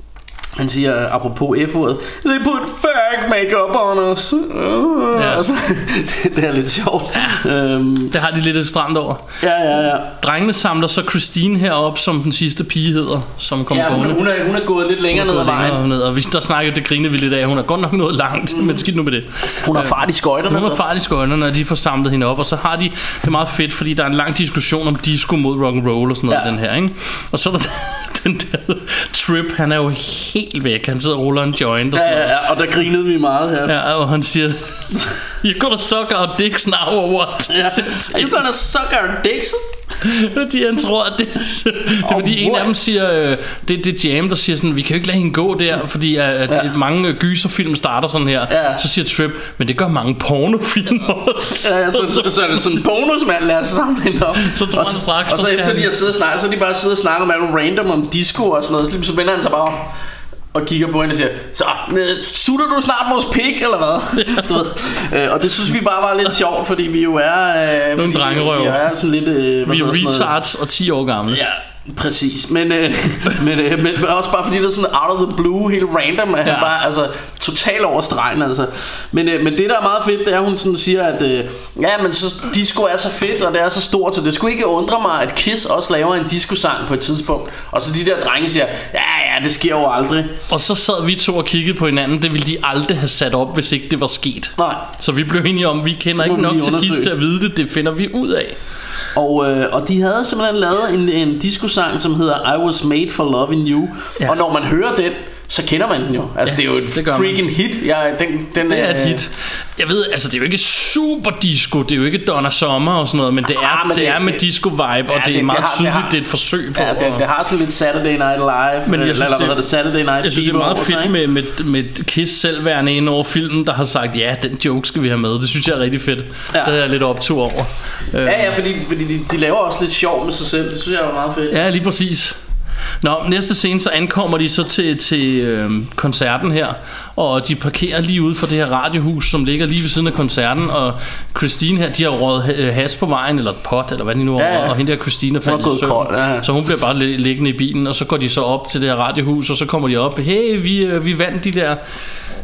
Speaker 4: Han siger, apropos F-ordet, they put fag makeup on us. uh, ja. Altså, det, det er lidt sjovt. Ja. um,
Speaker 3: Det har de lidt stramt over.
Speaker 4: Ja, ja, ja.
Speaker 3: Drengene samler så Christine herop, som den sidste pige hedder, som kommer
Speaker 4: ja,
Speaker 3: gående.
Speaker 4: Hun er, hun er gået lidt længere ned ad vejen.
Speaker 3: Ned, og vi, der snakkede, det grinede vi lidt af. Hun er godt nok nået langt, mm. men skidt nu med det.
Speaker 4: Hun har fart i skøjterne.
Speaker 3: Hun har fart i skøjterne, og de får samlet hende op. Og så har de, det er meget fedt, fordi der er en lang diskussion om disco mod rock and roll og sådan noget, ja. Den her, ikke? Og så er der den der Trip, han er jo helt væk. Han sidder og ruller en joint og sådan
Speaker 4: ja, ja, ja, og der grinede vi meget her.
Speaker 3: Ja, og han siger, you're gonna suck our dicks now or what?
Speaker 4: Ja. You're gonna suck our dicks?
Speaker 3: Fordi han tror, at det, det er fordi oh, en af dem siger, øh, det, det er Jam, der siger sådan, vi kan jo ikke lade hende gå der, fordi at, at ja. Mange gyserfilm starter sådan her. Ja. Så siger Trip, men det gør mange pornofilm også.
Speaker 4: Ja, så, så, så er det sådan en bonusmand lader sig sammen hende op.
Speaker 3: Så tror
Speaker 4: og,
Speaker 3: han straks,
Speaker 4: og så, så efter han... de har siddet og snakket, så er de bare siddet og snakket med nogle random om disco og sådan noget. Så vender han sig bare om og kigger på hende og siger, så sutter du snart vores pik eller hvad? Ja. Du ved. Og det synes vi bare var lidt sjovt, fordi vi jo er
Speaker 3: nogle drengerøv.
Speaker 4: Vi er sådan lidt øh,
Speaker 3: vi er retards og ti år gamle.
Speaker 4: Ja, præcis. Men, øh, men, øh, men også bare fordi det er sådan out of the blue, helt random, at ja. Han bare altså totalt over stregen altså. Men, øh, men det der er meget fedt, det er hun sådan siger, at øh, ja, men så disco er så fedt, og det er så stort, så det skulle ikke undre mig, at Kiss også laver en disco-sang på et tidspunkt. Og så de der drenge siger, ja ja, det sker jo aldrig.
Speaker 3: Og så sad vi to og kiggede på hinanden. Det ville de aldrig have sat op, hvis ikke det var sket.
Speaker 4: Nej.
Speaker 3: Så vi blev enige om, vi kender ikke nok til Kiss til at vide det. Det finder vi ud af.
Speaker 4: Og, øh, og de havde simpelthen lavet en, en disco-sang, som hedder I Was Made For Loving You. Ja. Og når man hører den, så kender man den jo. Altså ja, det er jo et freaking man. Hit. Ja, den, den
Speaker 3: det er
Speaker 4: er
Speaker 3: et hit. Jeg ved, altså det er jo ikke super disco. Det er jo ikke Donna Summer og sådan noget, men det er, ah, men det, det er med disco vibe, ja, og det, det er meget det har, tydeligt, det, har, det er et forsøg på.
Speaker 4: Ja, det, det har sådan lidt Saturday Night Live. Men jeg synes, eller, det, det Saturday Night
Speaker 3: jeg synes det er meget fedt med, med, med Kiss selvværende ind over filmen, der har sagt, ja, den joke skal vi have med. Det synes jeg er rigtig fedt. Ja. Det er jeg lidt optur over.
Speaker 4: Ja, ja, fordi, fordi de, de laver også lidt sjov med sig selv. Det synes jeg er meget fedt.
Speaker 3: Ja, lige præcis. Nå, næste scene, så ankommer de så til, til øh, koncerten her, og de parkerer lige ude for det her radiohus, som ligger lige ved siden af koncerten, og Christine her, de har røget has på vejen, eller pot, eller hvad de nu er, ja, ja. Og hende der Christine er faldet i søvn, ja. Så hun bliver bare liggende i bilen, og så går de så op til det her radiohus, og så kommer de op, hey, vi, øh, vi vandt de der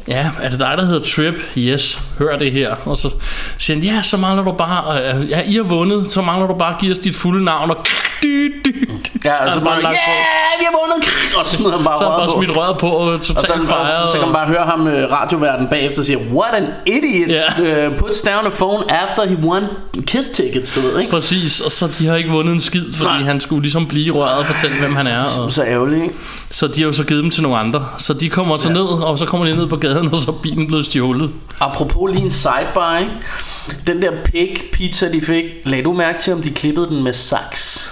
Speaker 3: ja, er det dig, der hedder Trip? Yes, hør det her. Og så siger han, ja, så mangler du bare, ja, I har vundet, så mangler du bare at give os dit fulde navn, og
Speaker 4: ja, og så bare, ja, vi har vundet, og så smider han bare røret på.
Speaker 3: Så smidt røret på, og totalt fejret.
Speaker 4: Så, så kan man bare høre ham, radioverden bagefter sige, what an idiot, yeah. uh, puts down a phone after he won Kiss tickets, du ved, ikke?
Speaker 3: Præcis, og så de har ikke vundet en skid, fordi Nej. han skulle ligesom blive i røret og fortælle, hvem han er. Og
Speaker 4: så ærgerligt, ikke?
Speaker 3: Så de har jo så givet dem til nogle andre. Så de kommer så ja. ned, og så kommer de ned på gaden, og så er bilen blevet stjålet.
Speaker 4: Apropos lige en sidebar, ikke? Den der pig pizza, de fik, lagde du mærke til, om de klippede den med saks?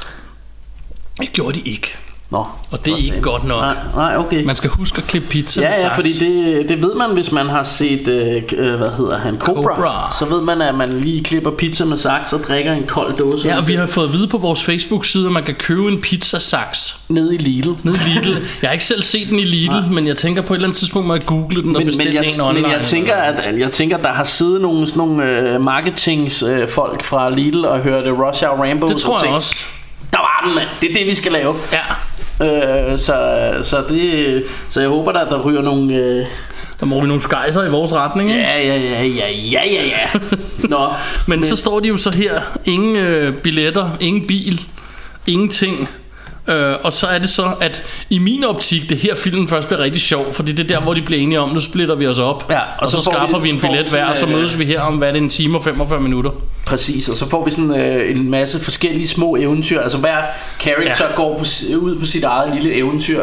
Speaker 3: Det gjorde de ikke.
Speaker 4: Nå,
Speaker 3: og det er ikke godt nok.
Speaker 4: Nej, nej, okay.
Speaker 3: Man skal huske at klippe pizza
Speaker 4: ja,
Speaker 3: med
Speaker 4: ja,
Speaker 3: saks.
Speaker 4: fordi det, det ved man, hvis man har set øh, hvad hedder han, Cobra, Cobra. Så ved man, at man lige klipper pizza med saks og drikker en kold dåse.
Speaker 3: Ja, og vi har fået at vide på vores Facebook-side, at man kan købe en pizzasaks
Speaker 4: nede i Lidl.
Speaker 3: Nede i Lidl. Jeg har ikke selv set den i Lidl, nej. Men jeg tænker på et eller andet tidspunkt må jeg google den og
Speaker 4: men,
Speaker 3: bestille
Speaker 4: men jeg,
Speaker 3: en online.
Speaker 4: Men jeg tænker, at jeg tænker, at der har siddet nogle sådan nogle øh, marketingsfolk øh, fra Lidl og hørte Rush Hour Rambo.
Speaker 3: Det tror jeg
Speaker 4: tænkte,
Speaker 3: også.
Speaker 4: Der var den, mand. Det er det, vi skal lave.
Speaker 3: Ja.
Speaker 4: Øh, så, så, det, så jeg håber, at der ryger nogle øh...
Speaker 3: Der må vi nogle skejser i vores retning, ikke?
Speaker 4: Ja, ja, ja, ja, ja, ja, ja. Nå,
Speaker 3: men, men så står de jo så her. Ingen øh, billetter, ingen bil, ingenting. Øh, og så er det så, at i min optik, det her film først bliver rigtig sjov, fordi det er der, hvor de bliver enige om, nu splitter vi os op, ja, og, og så, så skaffer vi en billet hver, og så mødes vi her om, hvad er det, en time og femogfyrre minutter.
Speaker 4: Præcis, og så får vi sådan øh, en masse forskellige små eventyr, altså hver character ja. går på, ud på sit eget lille eventyr,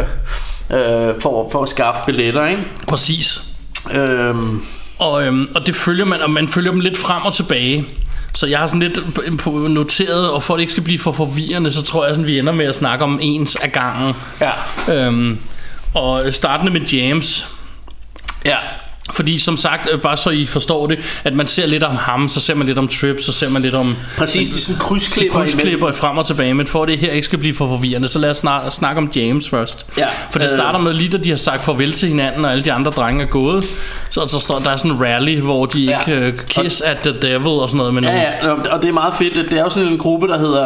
Speaker 4: øh, for, for at skaffe billetter, ikke?
Speaker 3: Præcis.
Speaker 4: Øhm.
Speaker 3: Og, øhm, og det følger man, og man følger dem lidt frem og tilbage. Så jeg har sådan lidt noteret, og for at det ikke skal blive for forvirrende, så tror jeg sådan, vi ender med at snakke om ens af gangen.
Speaker 4: Ja.
Speaker 3: Øhm, og startende med James.
Speaker 4: Ja.
Speaker 3: Fordi som sagt, bare så I forstår det, at man ser lidt om ham, så ser man lidt om Trip, så ser man lidt om...
Speaker 4: Præcis, de sådan krydsklipper,
Speaker 3: krydsklipper frem og tilbage, men for at det her ikke skal blive for forvirrende, så lad os snak, snakke om James først.
Speaker 4: Ja,
Speaker 3: for det starter med lige da de har sagt farvel til hinanden, og alle de andre drenge er gået, så, så står der er sådan en rally, hvor de ja. ikke uh, kiss og, at the devil og sådan noget med
Speaker 4: ja, ja, og det er meget fedt. Det er jo sådan en gruppe, der hedder...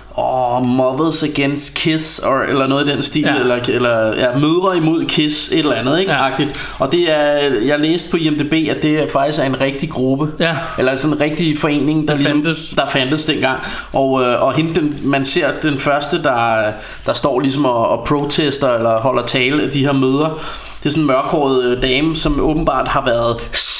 Speaker 4: Oh, Mothers Against Kiss or, eller noget i den stil, ja. eller, eller ja, mødre imod Kiss, et eller andet, ikke? Ja. Og det er, jeg læste på I M D B, at det faktisk er en rigtig gruppe,
Speaker 3: ja.
Speaker 4: eller sådan en rigtig forening, der,
Speaker 3: der,
Speaker 4: ligesom,
Speaker 3: fandtes.
Speaker 4: der fandtes dengang. Og, og hende, den, man ser den første, der, der står ligesom og, og protester eller holder tale af de her møder. Det er sådan en mørkhåret dame, som åbenbart har været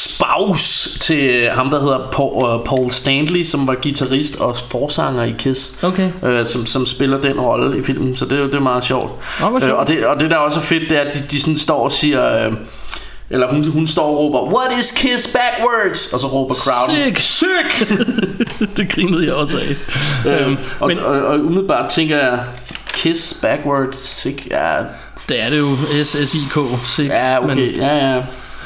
Speaker 4: spouse til ham, der hedder Paul, uh, Paul Stanley, som var guitarist og forsanger i Kiss,
Speaker 3: okay.
Speaker 4: øh, som, som spiller den rolle i filmen. Så det, det er meget sjovt.
Speaker 3: Oh,
Speaker 4: øh, og, det, og det der også er fedt, det er, at de, de sådan står og siger... Øh, eller hun, hun står og råber, what is Kiss backwards? Og så råber crowden,
Speaker 3: sick, sick. Det grinede jeg også af.
Speaker 4: øhm, og, men, og, og, og umiddelbart tænker jeg, Kiss backwards, sick, ja...
Speaker 3: Det er det jo, S S I K, sick.
Speaker 4: Ja, okay, men, ja, ja.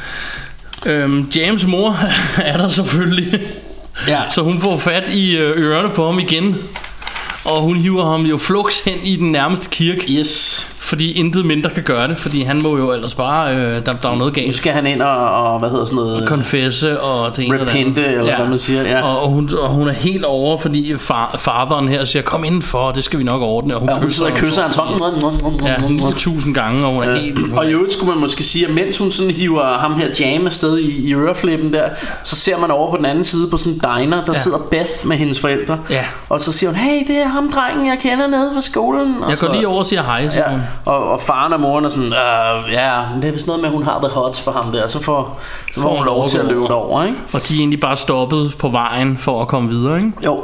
Speaker 3: Øhm, James' mor er der selvfølgelig.
Speaker 4: Ja.
Speaker 3: Så hun får fat i ørerne på ham igen, og hun hiver ham jo fluks hen i den nærmeste kirke.
Speaker 4: Yes.
Speaker 3: Fordi intet mindre kan gøre det, fordi han må jo ellers bare, øh, der, der er noget galt.
Speaker 4: Nu skal han ind og, og hvad hedder sådan noget,
Speaker 3: konfesse og det ene
Speaker 4: repente, eller ja. hvad man siger, ja.
Speaker 3: Og, og, hun, og hun er helt over, fordi far, faderen her siger, kom indenfor, det skal vi nok ordne. Og hun,
Speaker 4: ja, hun sidder og kysser hans hånd.
Speaker 3: Ja, ni tusind gange, og hun er ja. helt...
Speaker 4: Og i øvrigt skulle man måske sige, at mens hun sådan hiver ham her Jam afsted i, i øreflippen der, så ser man over på den anden side på sådan en diner, der ja. sidder Beth med hendes forældre.
Speaker 3: Ja.
Speaker 4: Og så siger hun, hey, det er ham drengen, jeg kender nede fra skolen. Og
Speaker 3: jeg
Speaker 4: så,
Speaker 3: går lige over og siger hej, siger
Speaker 4: ja.
Speaker 3: hun.
Speaker 4: Og, og faren og moren er sådan, øh, ja, det er vist noget med, at hun har the hots for ham der, så får, så får hun lov til at løbe derover, ikke?
Speaker 3: Og de er egentlig bare stoppet på vejen for at komme videre, ikke?
Speaker 4: Jo.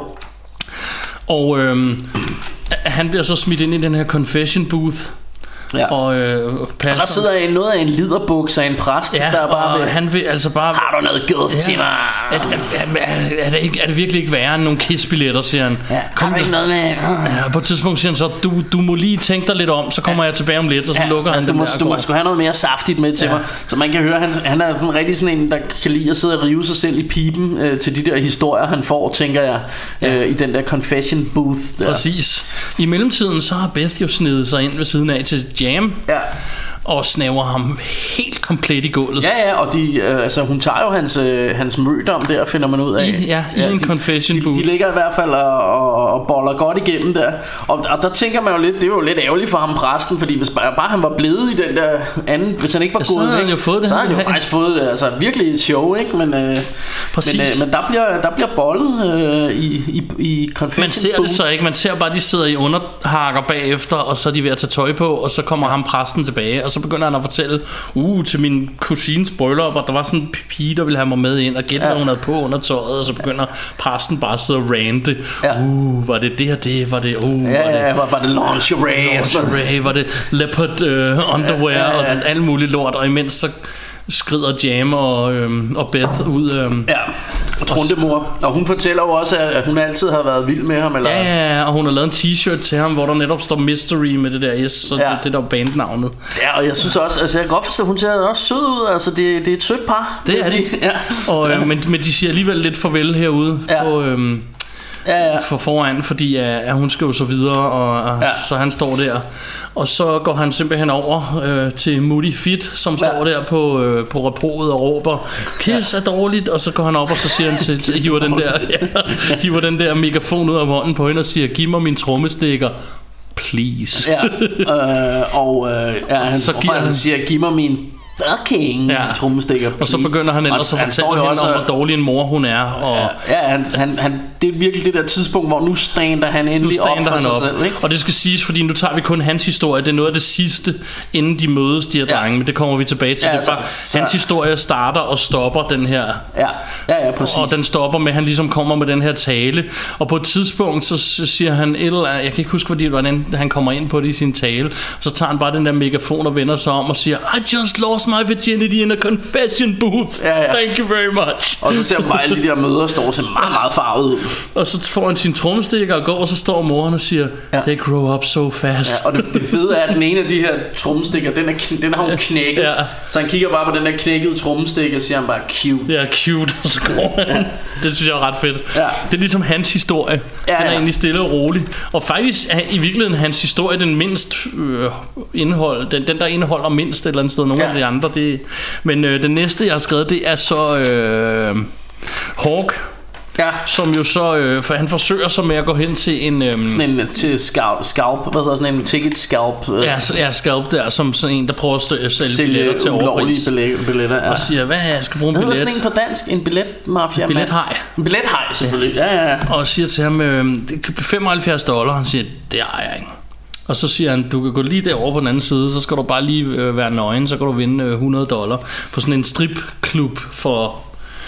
Speaker 3: Og øhm, han bliver så smidt ind i den her confession booth.
Speaker 4: Ja.
Speaker 3: Og, øh,
Speaker 4: og der sidder en, noget af en liderbuks af en præst,
Speaker 3: ja,
Speaker 4: der er bare ved,
Speaker 3: han vil altså bare,
Speaker 4: har du noget gød ja, til mig?
Speaker 3: Er, er, er, er, det ikke, er det virkelig ikke værre end nogle Kiss-billetter, siger han.
Speaker 4: Ja, kom har du ikke noget med?
Speaker 3: Ja, på et tidspunkt siger han så, du, du må lige tænke dig lidt om, så kommer ja. jeg tilbage om lidt, og så ja, lukker han
Speaker 4: du
Speaker 3: den
Speaker 4: må,
Speaker 3: der.
Speaker 4: Du må sgu have noget mere saftigt med til ja. mig. Så man kan høre, han, han er sådan rigtig sådan en, der kan lide at sidde og rive sig selv i pipen øh, til de der historier, han får, tænker jeg, øh, ja. i den der confession booth der.
Speaker 3: Præcis. I mellemtiden så har Beth jo snedet sig ind ved siden af til Jam.
Speaker 4: Ja.
Speaker 3: og snæver ham helt komplet i gulvet.
Speaker 4: Ja, ja, og de, øh, altså, hun tager jo hans, øh, hans mødom der, finder man ud af.
Speaker 3: I, ja, i ja, en
Speaker 4: de,
Speaker 3: confession
Speaker 4: de,
Speaker 3: booth.
Speaker 4: de, de ligger i hvert fald og, og, og boller godt igennem der. Og, og der tænker man jo lidt, det var jo lidt ærgerligt for ham præsten, fordi hvis bare, bare han var blevet i den der anden, hvis han ikke var
Speaker 3: ja,
Speaker 4: gået,
Speaker 3: så havde han jo fået det.
Speaker 4: Så havde han jo faktisk fået altså, virkelig et show, ikke? Men, øh, men, øh, men der bliver, der bliver bollet øh, i, i, i confession
Speaker 3: Man ser
Speaker 4: booth.
Speaker 3: det så ikke, man ser bare, de sidder i underhakker bagefter, og så er de ved at tage tøj på, og så kommer ham præsten tilbage, og så begynder han at fortælle, uh, til min kusines bryllup, og der var sådan en pige, der ville have mig med ind, og gætte, ja. hvad hun havde på under tøjet, og så begynder præsten bare at sidde og rante. Ja. Uh, var det det og det, var det, uh,
Speaker 4: ja,
Speaker 3: var det,
Speaker 4: ja, var, var det lingerie,
Speaker 3: lingerie, var det leopard uh, underwear, ja, ja, ja. og sådan alt muligt lort, og imens så skrider Jam og, øhm, og Beth ud. Øhm,
Speaker 4: ja, og Trundemor. Og hun fortæller jo også, at hun altid har været vild med ham. Eller?
Speaker 3: Ja, ja, og hun har lavet en t-shirt til ham, hvor der netop står Mystery med det der S, så ja. det, det der er bandnavnet.
Speaker 4: Ja, og jeg synes også, altså jeg kan godt forstå, hun ser også sød ud. Altså det, det er et sødt par.
Speaker 3: Det er det. Ja. Og, øh, men, men de siger alligevel lidt farvel herude ja. på... Øhm, Ja, ja. For foran, fordi ja, hun skal jo så videre, og ja. så han står der. Og så går han simpelthen over øh, til Moody Fit, som ja. står der på, øh, på repoet og råber, Kiss ja. er dårligt. Og så går han op, og så siger han til, til hiver, den der, ja, hiver den der megafon ud af hånden på hende og siger, giv mig min trommestikker, please. Ja,
Speaker 4: øh, og øh, ja, han, så giver han siger, giv mig min fucking ja. trommestikker,
Speaker 3: og så begynder han ellers at fortælle hende også, om, hvor dårlig en mor hun er. Og
Speaker 4: ja, ja han, han, han, det er virkelig det der tidspunkt, hvor nu stander han endelig op for sig op. selv. Ikke?
Speaker 3: Og det skal siges, fordi nu tager vi kun hans historie. Det er noget af det sidste, inden de mødes, de her ja. drenge. Men det kommer vi tilbage til. Ja, det er bare, så, hans historie starter og stopper den her.
Speaker 4: Ja, ja, ja præcis.
Speaker 3: Og den stopper med, at han ligesom kommer med den her tale. Og på et tidspunkt, så siger han, eller jeg kan ikke huske, fordi, hvordan han kommer ind på det i sin tale. Så tager han bare den der megafon og vender sig om og siger, I just lost my virginity in a confession booth. Ja, ja. Thank you very much.
Speaker 4: Og så ser man bare alle de der møder står så meget, meget farvet ud.
Speaker 3: Og så får han sin trommestikker og går, og så står moren og siger, ja. They grow up so fast.
Speaker 4: Ja, og det, det fede er, at den ene af de her trommestikker, den, er, den har hun knækket. Ja. Så han kigger bare på den der knækkede trommestikker, og siger han bare, cute.
Speaker 3: Ja, cute. Og så går han. Ja. Det synes jeg er ret fedt. Ja. Det er ligesom hans historie. Ja, ja. Den er egentlig stille og rolig. Og faktisk er i virkeligheden hans historie den mindst øh, indhold, den, den der indeholder mindst et eller andet sted, nogle ja. af de andre. Det, men øh, den næste jeg har skrevet, det er så øh, Hawk, ja. som jo så øh, for han forsøger så med at gå hen til en øh,
Speaker 4: sådan en til scalp, scalp hvad hedder sådan en ticket scalp øh.
Speaker 3: ja, så, ja, scalp der, som sådan en der prøver at sælge, sælge billetter til overpris
Speaker 4: billetter, ja.
Speaker 3: og siger, hvad jeg skal bruge en billet.
Speaker 4: Hvad hedder sådan en på dansk? En billetmafia?
Speaker 3: En billethaj.
Speaker 4: En billethaj selvfølgelig. Ja, ja, ja.
Speaker 3: Og siger til ham øh, femoghalvfjerds dollar. Han siger, det er jeg ikke. Og så siger han, du kan gå lige derovre på den anden side, så skal du bare lige øh, være nøgen, så kan du vinde øh, hundrede dollar på sådan en stripklub for,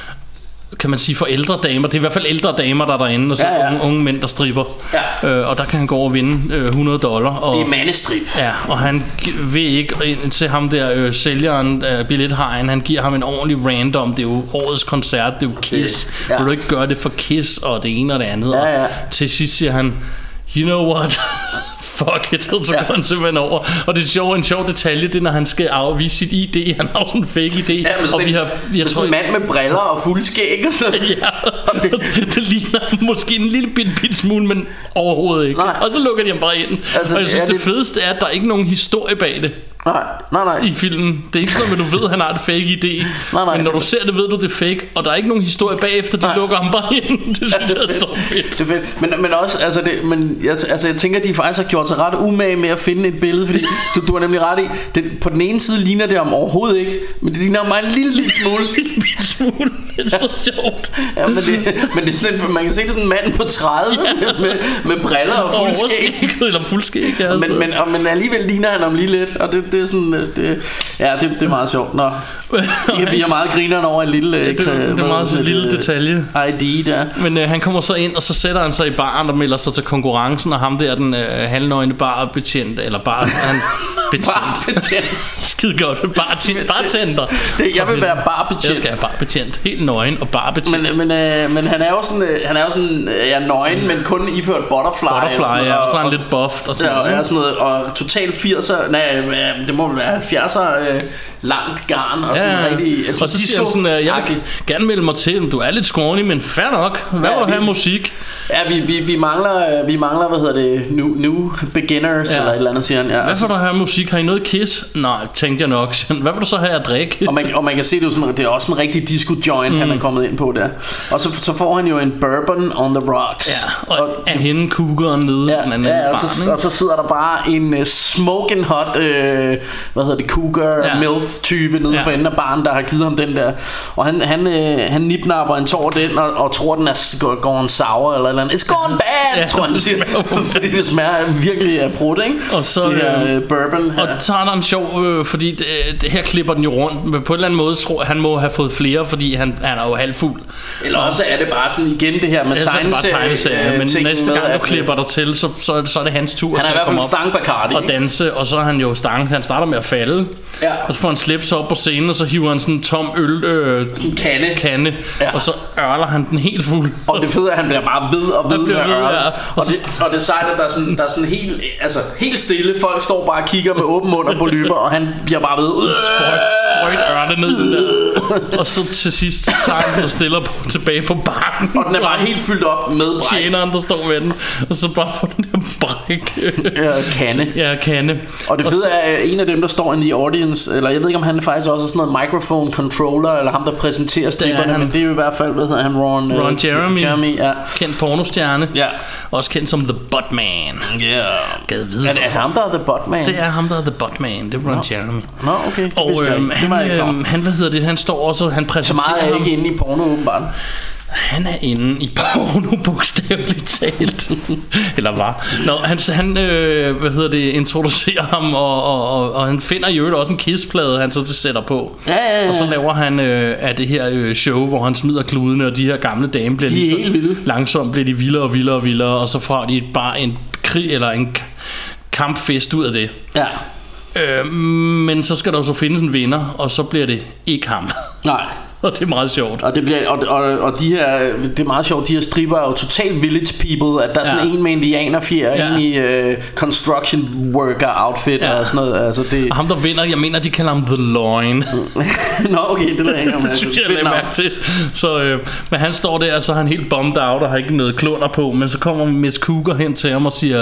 Speaker 3: kan man sige, for ældre damer. Det er i hvert fald ældre damer, der er derinde, og så ja, ja. Unge, unge mænd, der stripper. Ja. Øh, og der kan han gå over og vinde øh, hundrede dollar. Og,
Speaker 4: det er mandestrip.
Speaker 3: Ja, og han vil ikke til ham der øh, sælgeren af øh, billethajen, han giver ham en ordentlig random. Det er jo årets koncert, det er jo Kiss. Okay. Ja. Vil du ikke gøre det for Kiss og det ene og det andet? Ja, ja. Og til sidst siger han, you know what? Fuck it, og så ja. går han simpelthen over. Og det er sjov, en sjov detalje, det er, når han skal afvise sit I D. Han har sådan en fake I D.
Speaker 4: Ja, og vi har, jeg tror, en mand med briller og fuldskæg og sådan.
Speaker 3: Ja, og det, det ligner måske en lille bit, bit smule, men overhovedet ikke. Nej. Og så lukker de ham bare ind. Altså, og jeg synes, ja, det, det fedeste er, at der er ikke nogen historie bag det.
Speaker 4: Nej, nej, nej.
Speaker 3: I filmen. Det er ikke sådan, at du ved, at han har et fake I D. Nej, nej. Men når du ser det, ved du, det er fake. Og der er ikke nogen historie bagefter, de nej. lukker ham bare ind. Det synes ja, det jeg er så fedt.
Speaker 4: Det er fedt. Men, men også, altså, det, men, jeg, altså, jeg tænker, at de faktisk har gjort sig ret umage med at finde et billede. Fordi du, du har nemlig ret i, det, på den ene side ligner det om overhovedet ikke. Men det ligner mig en lille, lille smule.
Speaker 3: En lille smule. Det er så sjovt.
Speaker 4: Ja, men det, men det er sådan, man kan se, det er sådan en mand på tredive ja. med, med, med briller og fuldskæg.
Speaker 3: Eller fuldskæg, ja.
Speaker 4: Men, men, og, men alligevel ligner han om lige lidt. Og det, det er sådan... Det, ja, det, det er meget sjovt. Nå. Vi har meget grineren over en lille
Speaker 3: ja, det, det er meget så lille detalje
Speaker 4: I D der.
Speaker 3: Men øh, han kommer så ind, og så sætter han sig i baren og melder sig til konkurrencen. Og ham der, den øh, halvnøgne barbetjent, eller bar, han
Speaker 4: barbetjent.
Speaker 3: Skide godt. Bartender. Bartender.
Speaker 4: Det, jeg vil være barbetjent.
Speaker 3: Jeg skal have barbetjent. Helt nøgen og barbetjent.
Speaker 4: Men, men, øh, men han er jo sådan, øh, han er jo sådan, øh, ja, nøgen, men kun iført butterfly.
Speaker 3: Butterfly, og, ja, og så er han og, lidt buffed og sådan
Speaker 4: ja,
Speaker 3: noget.
Speaker 4: Ja, sådan noget, og total firser, nej, det må vel være halvfjerdser øh, langt garn og sådan
Speaker 3: ja.
Speaker 4: rigtig... Altså,
Speaker 3: og så siger han sådan, uh, jeg vil gerne melde mig til, du er lidt skrånig, men fair nok. Hvad ja, vil du have musik?
Speaker 4: Ja, vi, vi, vi, mangler, vi mangler, hvad hedder det, new, new beginners, ja. eller et eller andet, siger han. Ja,
Speaker 3: hvad vil du have musik? Har I noget Kiss? Nej, tænkte jeg nok. Hvad vil du så have at drikke?
Speaker 4: og, man, og man kan se, det er, sådan, det er også en rigtig disco joint, mm. han er kommet ind på der. Og så, så får han jo en bourbon on the rocks.
Speaker 3: Ja, og, og af hende kugeren nede.
Speaker 4: Ja, anden ja og, så, og så sidder der bare en uh, smoking hot, uh, hvad hedder det, cougar, ja. milf type nede ja. for enden af baren, der har givet ham den der. Og han, han, uh, han nipnapper en tår den, og, og tror, den er går en sour eller eller andet. It's gone bad, ja, tror han siger. Fordi det smager virkelig af brudt, ikke?
Speaker 3: Og så
Speaker 4: det her uh, bourbon her.
Speaker 3: Og så er der en sjov, øh, fordi det, det her klipper den jo rundt. Men på en eller anden måde tror han må have fået flere, fordi han, han er jo halvfuld.
Speaker 4: Eller også er det bare sådan igen det her med tegneserie.
Speaker 3: Men næste gang du klipper dig til, så, så, så er det hans tur
Speaker 4: han
Speaker 3: til
Speaker 4: at komme op
Speaker 3: og danse. Og så er han jo stang. Han starter med at falde.
Speaker 4: Ja.
Speaker 3: Og så får han slips op på scenen, og så hiver han sådan en tom øl øh,
Speaker 4: sådan en kande,
Speaker 3: kande ja. Og så ørler han den helt fuld.
Speaker 4: Og det fede er, at han bliver bare ved og ved med ørlen. Ja. Og, og, det, og det sejt, at der er sådan, der er sådan helt, altså, helt stille. Folk står bare og kigger med åben mund og på lyber, og han bliver bare ved.
Speaker 3: Sprøjt, sprøjt ørne ned der. Og så til sidst så tager han og stiller på, tilbage på bakken.
Speaker 4: Og den er bare helt fyldt op med bræk.
Speaker 3: Tjeneren, der står ved den. Og så bare på den her bræk.
Speaker 4: Ja, kande.
Speaker 3: Ja, kande.
Speaker 4: Og det fede er, at en af dem, der står in the audience, eller jeg ved ikke, om han faktisk også er sådan noget microphone controller, eller ham, der præsenterer stripperne, men det er jo i hvert fald, hvad hedder han, Ron,
Speaker 3: Ron uh, Jeremy.
Speaker 4: Jeremy ja.
Speaker 3: Kendt pornostjerne.
Speaker 4: Ja.
Speaker 3: Også kendt som The Buttman.
Speaker 4: Ja. Yeah.
Speaker 3: Gad vide,
Speaker 4: er det ham, der er The Buttman?
Speaker 3: Det er ham, der er The Buttman. Det er Ron no. Jeremy.
Speaker 4: Nå, okay. Det
Speaker 3: og øhm, han, øhm, han, hvad hedder det, han står også, han præsenterer ham.
Speaker 4: Så meget er ikke inde i porno, åbenbart.
Speaker 3: Han er inde i porno, bogstaveligt talt. Eller var. Nå, han, han øh, hvad hedder det, introducerer ham, og, og, og, og han finder jo også en Kiss-plade, han så sætter på.
Speaker 4: Ja, ja, ja.
Speaker 3: Og så laver han øh, af det her øh, show, hvor han smider kludene, og de her gamle dame bliver
Speaker 4: de
Speaker 3: lige
Speaker 4: helt vilde.
Speaker 3: Langsomt bliver de vildere og vildere og vildere, og så får de bare en krig eller en kampfest ud af det.
Speaker 4: Ja.
Speaker 3: Øh, men så skal der jo så findes en vinder, og så bliver det ikke ham.
Speaker 4: Nej.
Speaker 3: Og det er meget sjovt.
Speaker 4: Og det bliver og, og, og de her, det er meget sjovt. De her stripper er jo totalt village people. At der er sådan ja. en med indianerfjer, ja. en i uh, construction worker outfit ja. og sådan noget. Altså det.
Speaker 3: Og ham der vinder, jeg mener de kalder ham The Loin.
Speaker 4: Nå okay, det ved jeg ikke om.
Speaker 3: Det synes jeg lagde mærke til. Så, øh, men han står der, og så er han helt bombed out og har ikke noget klunder på. Men så kommer Miss Cougar hen til ham og siger,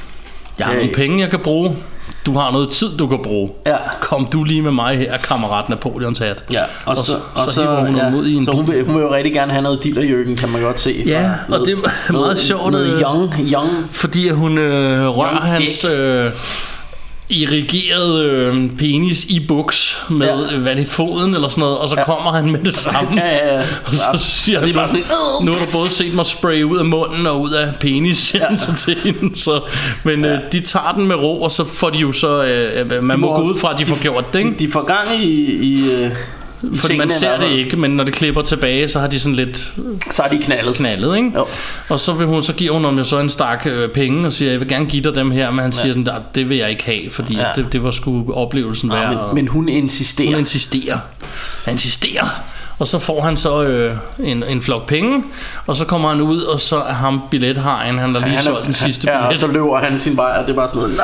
Speaker 3: jeg har hey. nogle penge jeg kan bruge. Du har noget tid du kan bruge.
Speaker 4: Ja.
Speaker 3: Kom du lige med mig her, kammerat Napoleons hat.
Speaker 4: Ja. Og, og så, så,
Speaker 3: og så hiver hun ja. ud i en
Speaker 4: så hun vil, hun vil jo rigtig gerne have noget dillerjøkken, kan man godt se.
Speaker 3: Ja,
Speaker 4: noget,
Speaker 3: og det er meget
Speaker 4: noget,
Speaker 3: sjovt.
Speaker 4: Noget young, young.
Speaker 3: Fordi hun øh, rører hans øh, irrigeret øh, penis i buks med ja. hvad det er, foden eller sådan noget, og så ja. kommer han med det samme.
Speaker 4: Ja, ja, ja.
Speaker 3: Og så siger han, bare sådan, nu har du både set mig spraye ud af munden og ud af penis ja. til hende, så, men ja. øh, de tager den med ro, og så får de jo så øh, man de må, må gå ud fra at de, de får gjort det, ikke?
Speaker 4: De, de får gang i, i øh
Speaker 3: fordi man ser det ikke, men når det klipper tilbage, så har de sådan lidt
Speaker 4: så har de knaldet,
Speaker 3: knaldet ikke?
Speaker 4: Jo.
Speaker 3: Og så vil hun så giver hun ham jo så en stak øh, penge og siger, jeg vil gerne give dig dem her, men han ja. siger sådan, det vil jeg ikke have, fordi ja. det, det var sgu oplevelsen
Speaker 4: ja,
Speaker 3: værd.
Speaker 4: Men, men hun insisterer.
Speaker 3: Hun insisterer. Han insisterer. Og så får han så øh, en, en flok penge, og så kommer han ud, og så er ham billethajen, han har lige ja, han solgt den sidste
Speaker 4: ja,
Speaker 3: billet.
Speaker 4: og så løber han sin vej, og det er bare sådan noget,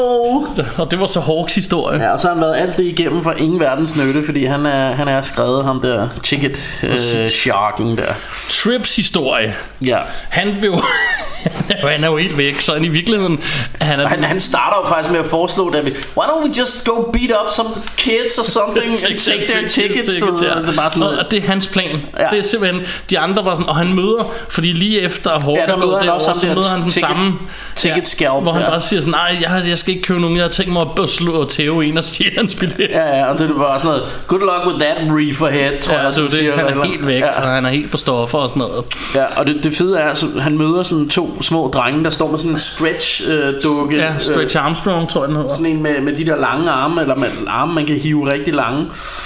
Speaker 4: no!
Speaker 3: Og det var så Hawks historie.
Speaker 4: Ja, og så har han været alt det igennem for ingen verdens nytte, fordi han er, han er skrevet ham der ticket øh, sharken der.
Speaker 3: Trips historie.
Speaker 4: Ja.
Speaker 3: Han vil jo han er jo helt væk, så han i virkeligheden han, er
Speaker 4: han, han starter jo faktisk med at foreslå der, why don't we just go beat up some kids or something and take their tickets, tickets ja. Det er bare sådan noget.
Speaker 3: Og det er hans plan.
Speaker 4: Ja.
Speaker 3: Det er simpelthen de andre var sådan, og han møder, fordi lige efter Hawk
Speaker 4: ja,
Speaker 3: er gået derovre, så møder han den
Speaker 4: ticket,
Speaker 3: samme
Speaker 4: ticket scalp,
Speaker 3: ja, hvor han
Speaker 4: ja.
Speaker 3: bare siger sådan, nej, jeg, jeg skal ikke købe nogen, jeg har tænkt mig at slå og tæve en og stjæle hans billet.
Speaker 4: Ja, ja, og det er bare sådan noget, good luck with that reeferhead, tror
Speaker 3: ja,
Speaker 4: jeg,
Speaker 3: det, det,
Speaker 4: siger,
Speaker 3: han er helt væk, ja. og han er helt på stoffer og sådan noget.
Speaker 4: Ja, og det, det fede er, altså, han møder sådan to små drenge, der står med sådan en stretch øh, dukke.
Speaker 3: Ja, Stretch Armstrong, tror jeg den hedder.
Speaker 4: Sådan en med, med de der lange arme, eller med arme, man kan hive rigtig lange.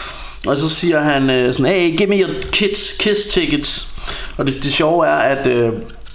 Speaker 4: Og så siger han øh, sådan, hey, give me your kids kiss tickets. Og det, det sjove er, at, øh,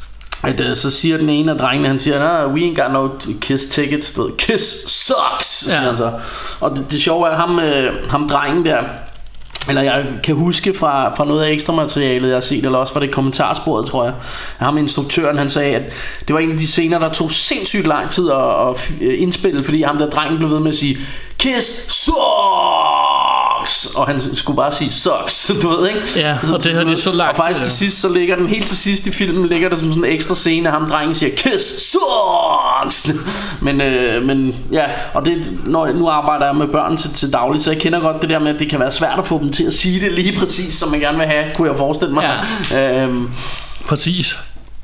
Speaker 4: at øh, så siger den ene af drengene, han siger, nah, we ain't got no kiss tickets. Kiss sucks, siger ja. han så. Og det, det sjove er, ham, øh, ham drengen der, eller jeg kan huske fra, fra noget af ekstra materialet jeg har set, eller også fra det kommentarsporet, tror jeg, ham instruktøren, han sagde, at det var en af de scener, der tog sindssygt lang tid at, at indspille, fordi ham der drengen blev ved med at sige kiss sucks. sucks, og han skulle bare sige sucks, du ved, ikke?
Speaker 3: Ja, og det har de så lagt.
Speaker 4: Og faktisk til sidst, så ligger den, helt til sidst i filmen, ligger der som sådan en ekstra scene, at ham drengen siger, kiss sucks! men, øh, men ja, og det, når, nu arbejder jeg med børn til, til daglig, så jeg kender godt det der med, at det kan være svært at få dem til at sige det lige præcis, som man gerne vil have, kunne jeg forestille mig. Ja. øhm,
Speaker 3: Præcis.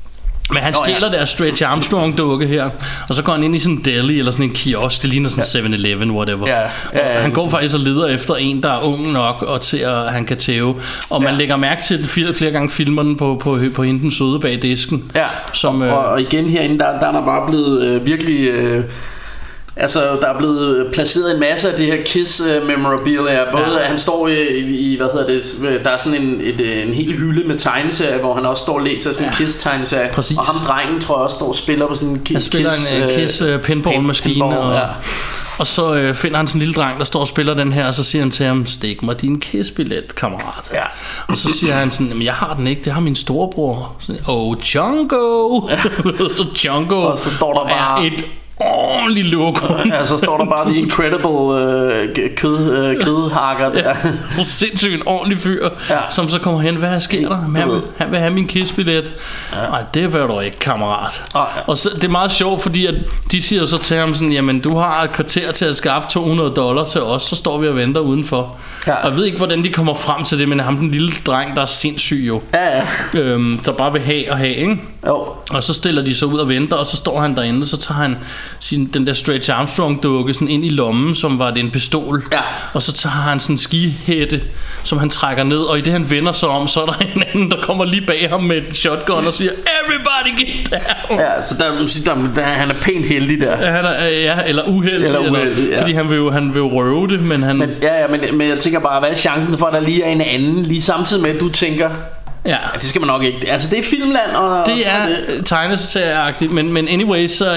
Speaker 3: Men han stjæler
Speaker 4: oh, ja.
Speaker 3: deres Stretch Armstrong dukke her, og så går han ind i sådan en deli eller sådan en kiosk. Det ligner sådan ja. seven eleven, whatever.
Speaker 4: Ja. Ja, ja, ja,
Speaker 3: han går faktisk og leder efter en, der er ung nok og til at han kan tæve. Og man ja. lægger mærke til det flere, flere gange filmerne på, på, på hende den søde bag disken.
Speaker 4: Ja.
Speaker 3: Som,
Speaker 4: og,
Speaker 3: øh,
Speaker 4: og igen herinde, der, der er der bare blevet øh, virkelig... Øh, Altså, der er blevet placeret en masse af det her Kiss uh, memorabilia. Både ja. han står i, i, hvad hedder det, der er sådan en, et, en hel hylde med tegneserier, hvor han også står og læser sådan en ja. Kiss-tegneserie. Præcis. Og ham drengen, tror jeg også, står og spiller på sådan en Kiss.
Speaker 3: Han spiller
Speaker 4: Kiss,
Speaker 3: en uh, Kiss uh, pinball-maskine. Pinball, og,
Speaker 4: ja.
Speaker 3: og så øh, finder han sådan en lille dreng, der står og spiller den her, og så siger han til ham, stik mig din Kiss-billet, kammerat.
Speaker 4: Ja.
Speaker 3: Og så siger han sådan, jeg har den ikke, det har min storebror. Så, oh, Django! Ja. Så Django
Speaker 4: og så står der bare
Speaker 3: et ordentlig logo.
Speaker 4: Ja, så står der bare The Incredible øh, kød, øh, kødhakker der.
Speaker 3: Ja, sindssygt en ordentlig fyr, ja. som så kommer hen, hvad sker der? Han vil, han vil have min Kiss-billet. Ja. Nej, det vil du ikke, kammerat. Ah, ja. Og så, det er meget sjovt, fordi at de siger så til ham sådan, jamen du har et kvarter til at skaffe to hundrede dollar til os, så står vi og venter udenfor. Ja. Og jeg ved ikke, hvordan de kommer frem til det, men ham den lille dreng, der er sindssyg jo.
Speaker 4: Ja, ja.
Speaker 3: Øhm, der bare vil have og have, ikke?
Speaker 4: Jo.
Speaker 3: Og så stiller de så ud og venter, og så står han derinde, og så tager han sin, den der Stretch Armstrong dukke sådan ind i lommen, som var det en pistol.
Speaker 4: Ja.
Speaker 3: Og så tager han sådan en skihætte, som han trækker ned, og i det han vender sig om, så er der en anden, der kommer lige bag ham med et shotgun og siger, everybody get down.
Speaker 4: Ja, så der, der, der, han er pænt heldig der.
Speaker 3: Ja, han er, ja eller uheldig,
Speaker 4: eller uheldig
Speaker 3: eller,
Speaker 4: ja.
Speaker 3: fordi han vil jo han vil jo røve det, men han...
Speaker 4: Men, ja, ja, men, men jeg tænker bare, hvad er chancen for, at der lige er en anden, lige samtidig med, at du tænker...
Speaker 3: Ja.
Speaker 4: Ja, det skal man nok ikke. Altså det er filmland og
Speaker 3: det
Speaker 4: og
Speaker 3: er det. Tegneserieagtigt, men men anyway så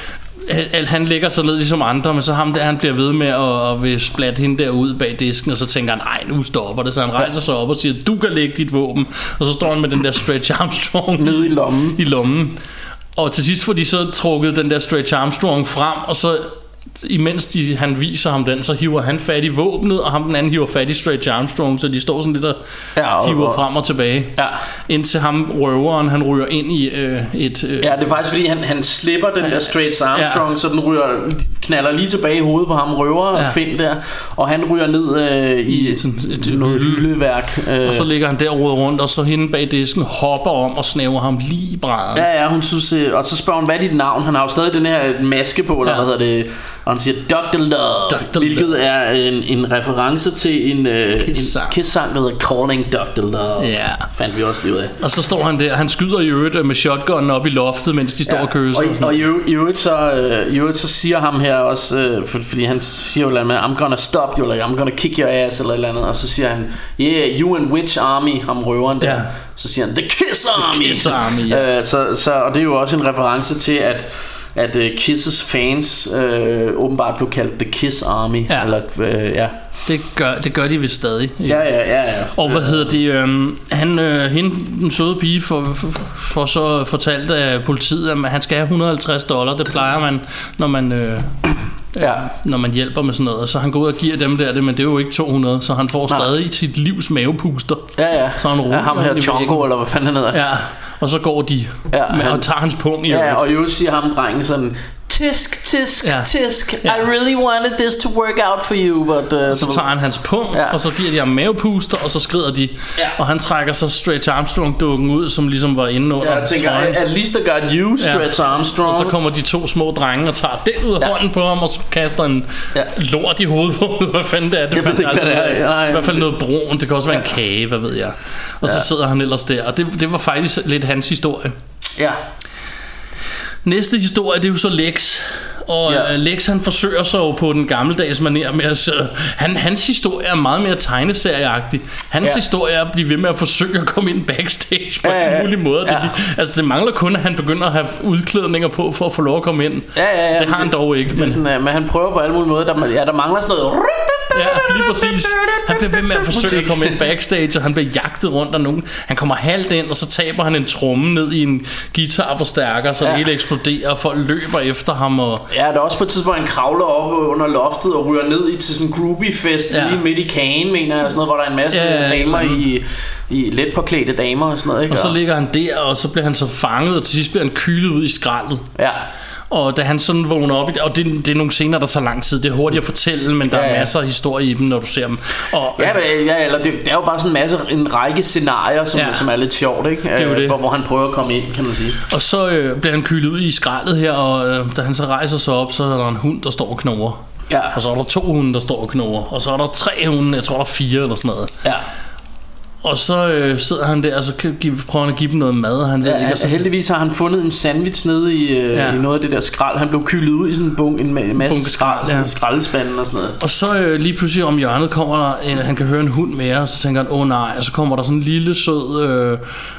Speaker 3: øh, han lægger sig ned ligesom andre, men så ham der han bliver ved med at, at vil splatte hende der ud bag disken, og så tænker han, nej nu stopper det, så han rejser sig op og siger, du kan lægge dit våben, og så står han med den der Stretch Armstrong
Speaker 4: nede i lommen.
Speaker 3: i lommen. Og til sidst får de så trukket den der Stretch Armstrong frem, og så imens de, han viser ham den, så hiver han fat i våbnet, og ham den anden hiver fat i Stretch Armstrong, så de står sådan lidt og ja, og, hiver og, frem og tilbage, ja. indtil ham røveren, han ryger ind i øh, et... Øh,
Speaker 4: ja, det er faktisk fordi, han, han slipper den der Stretch Armstrong, ja. så den ryger, knaller lige tilbage i hovedet på ham røver ja. Finn der, og han ryger ned øh, i et, et, et noget hyldeværk. Øh.
Speaker 3: Og så ligger han der og roder rundt, og så hende bag disken hopper om og snæver ham lige i brædderen.
Speaker 4: Ja, ja, hun synes, øh, og så spørger hun, hvad er dit navn? Han har jo stadig den her maske på, eller ja. hvad hedder det... Og han siger doktor Love, doktor hvilket Love. er en, en reference til en Kiss-sang, Kiss der hedder Calling doktor Love.
Speaker 3: Ja.
Speaker 4: Fandt vi også lige ud af.
Speaker 3: Og så står han der, han skyder i øvrigt med shotgunnen op i loftet, mens de står ja. og køser.
Speaker 4: Og, og, og i øvrigt så, i øvrigt så siger ham her også, for, fordi han siger jo med, I'm gonna stop you, like, I'm gonna kick your ass, eller et eller andet. Og så siger han, yeah, you and which army, ham røveren der. Ja. Så siger han, the Kiss Army.
Speaker 3: The Kiss Army, ja.
Speaker 4: uh, så, så, og det er jo også en reference til, at at uh, Kisses fans øh, åbenbart blev kaldt The Kiss Army.
Speaker 3: Ja.
Speaker 4: Eller, øh, ja.
Speaker 3: Det gør, det gør de vist stadig.
Speaker 4: Ja, ja, ja, ja.
Speaker 3: Og hvad hedder det? Øhm, han, øh, hende, den søde pige, får for, for så fortalt af politiet, at han skal have et hundrede og halvtreds dollar. Det plejer man, når man... Øh, Ja. når man hjælper med sådan noget. Så han går ud og giver dem der det, men det er jo ikke to hundrede, så han får Nej. stadig sit livs mavepuster.
Speaker 4: Ja, ja.
Speaker 3: Så han
Speaker 4: ja, ham her Chongo, eller hvad fanden han hedder.
Speaker 3: Ja. Og så går de ja, med, han, og tager hans pung i
Speaker 4: ja,
Speaker 3: øvrigt.
Speaker 4: Og jo siger ham drengen sådan, tisk, tisk, ja. tisk, ja. I really wanted this to work out for you, but uh,
Speaker 3: og så tager han hans pung, ja. og så giver de ham mavepuster, og så skrider de, ja. og han trækker så Stretch Armstrong dukken ud, som ligesom var inde under.
Speaker 4: Ja, jeg tænker, trøjen. At least I got you, Stretch ja. Armstrong.
Speaker 3: Og så kommer de to små drenge og tager den ud af ja. hånden på ham, og så kaster en ja. lort i hovedet på ham. Hvad fanden det er? Det
Speaker 4: jeg ved ikke, hvad det er.
Speaker 3: I hvert fald noget brun, det kan også være en kage, hvad ved jeg. Og ja. så sidder han ellers der, og det, det var faktisk lidt hans historie.
Speaker 4: Ja.
Speaker 3: Næste historie, det er jo så Lex. Og ja. Lex han forsøger sig jo på den gammeldags manér med at, han, hans historie er meget mere tegneserieagtig. Hans ja. historie er at blive ved med at forsøge at komme ind backstage på ja, ja, en mulig måde. Ja. Det, altså det mangler kun at han begynder at have udklædninger på for at få lov at komme ind.
Speaker 4: Ja, ja, ja.
Speaker 3: Det har han dog ikke.
Speaker 4: Det, men, sådan, men han prøver på alle mulige måder. Der, ja, der mangler sådan noget
Speaker 3: Ja, lige præcis. Han bliver ved med at forsøge at komme ind backstage, og han bliver jagtet rundt af nogen. Han kommer halvt ind, og så taber han en tromme ned i en guitarforstærker, så ja. det hele eksploderer, og folk løber efter ham. Og...
Speaker 4: Ja, der er også på et tidspunkt, han kravler op under loftet og ryger ned i til sådan en groupie-fest ja. lige midt i kagen, mener jeg, sådan noget, hvor der er en masse ja, damer ja. i, i let påklædte damer og sådan noget, ikke?
Speaker 3: Og så ligger han der, og så bliver han så fanget, og til sidst bliver han kylet ud i skraldet.
Speaker 4: Ja.
Speaker 3: Og da han sådan vågner op, og det, det er nogle scener, der tager lang tid. Det er hurtigt at fortælle, men der ja, ja. er masser af historie i dem, når du ser dem. Og,
Speaker 4: ja, ja, eller det, det er jo bare sådan en masse, en række scenarier, som, ja. som er lidt sjovt, ikke? Det er det. Hvor, hvor han prøver at komme ind, kan man sige.
Speaker 3: Og så øh, bliver han kylet ud i skraldet her, og øh, da han så rejser sig op, så er der en hund, der står og knurrer. Ja. Og så er der to hunde, der står og knurrer. Og så er der tre hunde, jeg tror der er fire eller sådan noget. Ja. Og så øh, sidder han der, og så prøver han at give dem noget mad. Han ved
Speaker 4: ja,
Speaker 3: ikke,
Speaker 4: altså, heldigvis har han fundet en sandwich nede i, øh, ja. i noget af det der skrald. Han blev kylet ud i sådan en bunk, en masse skrald, ja. skraldespanden og sådan noget.
Speaker 3: Og så øh, lige pludselig om hjørnet kommer der en, han kan høre en hund mere, og så tænker han, åh oh, nej. Og så kommer der sådan en lille sød øh,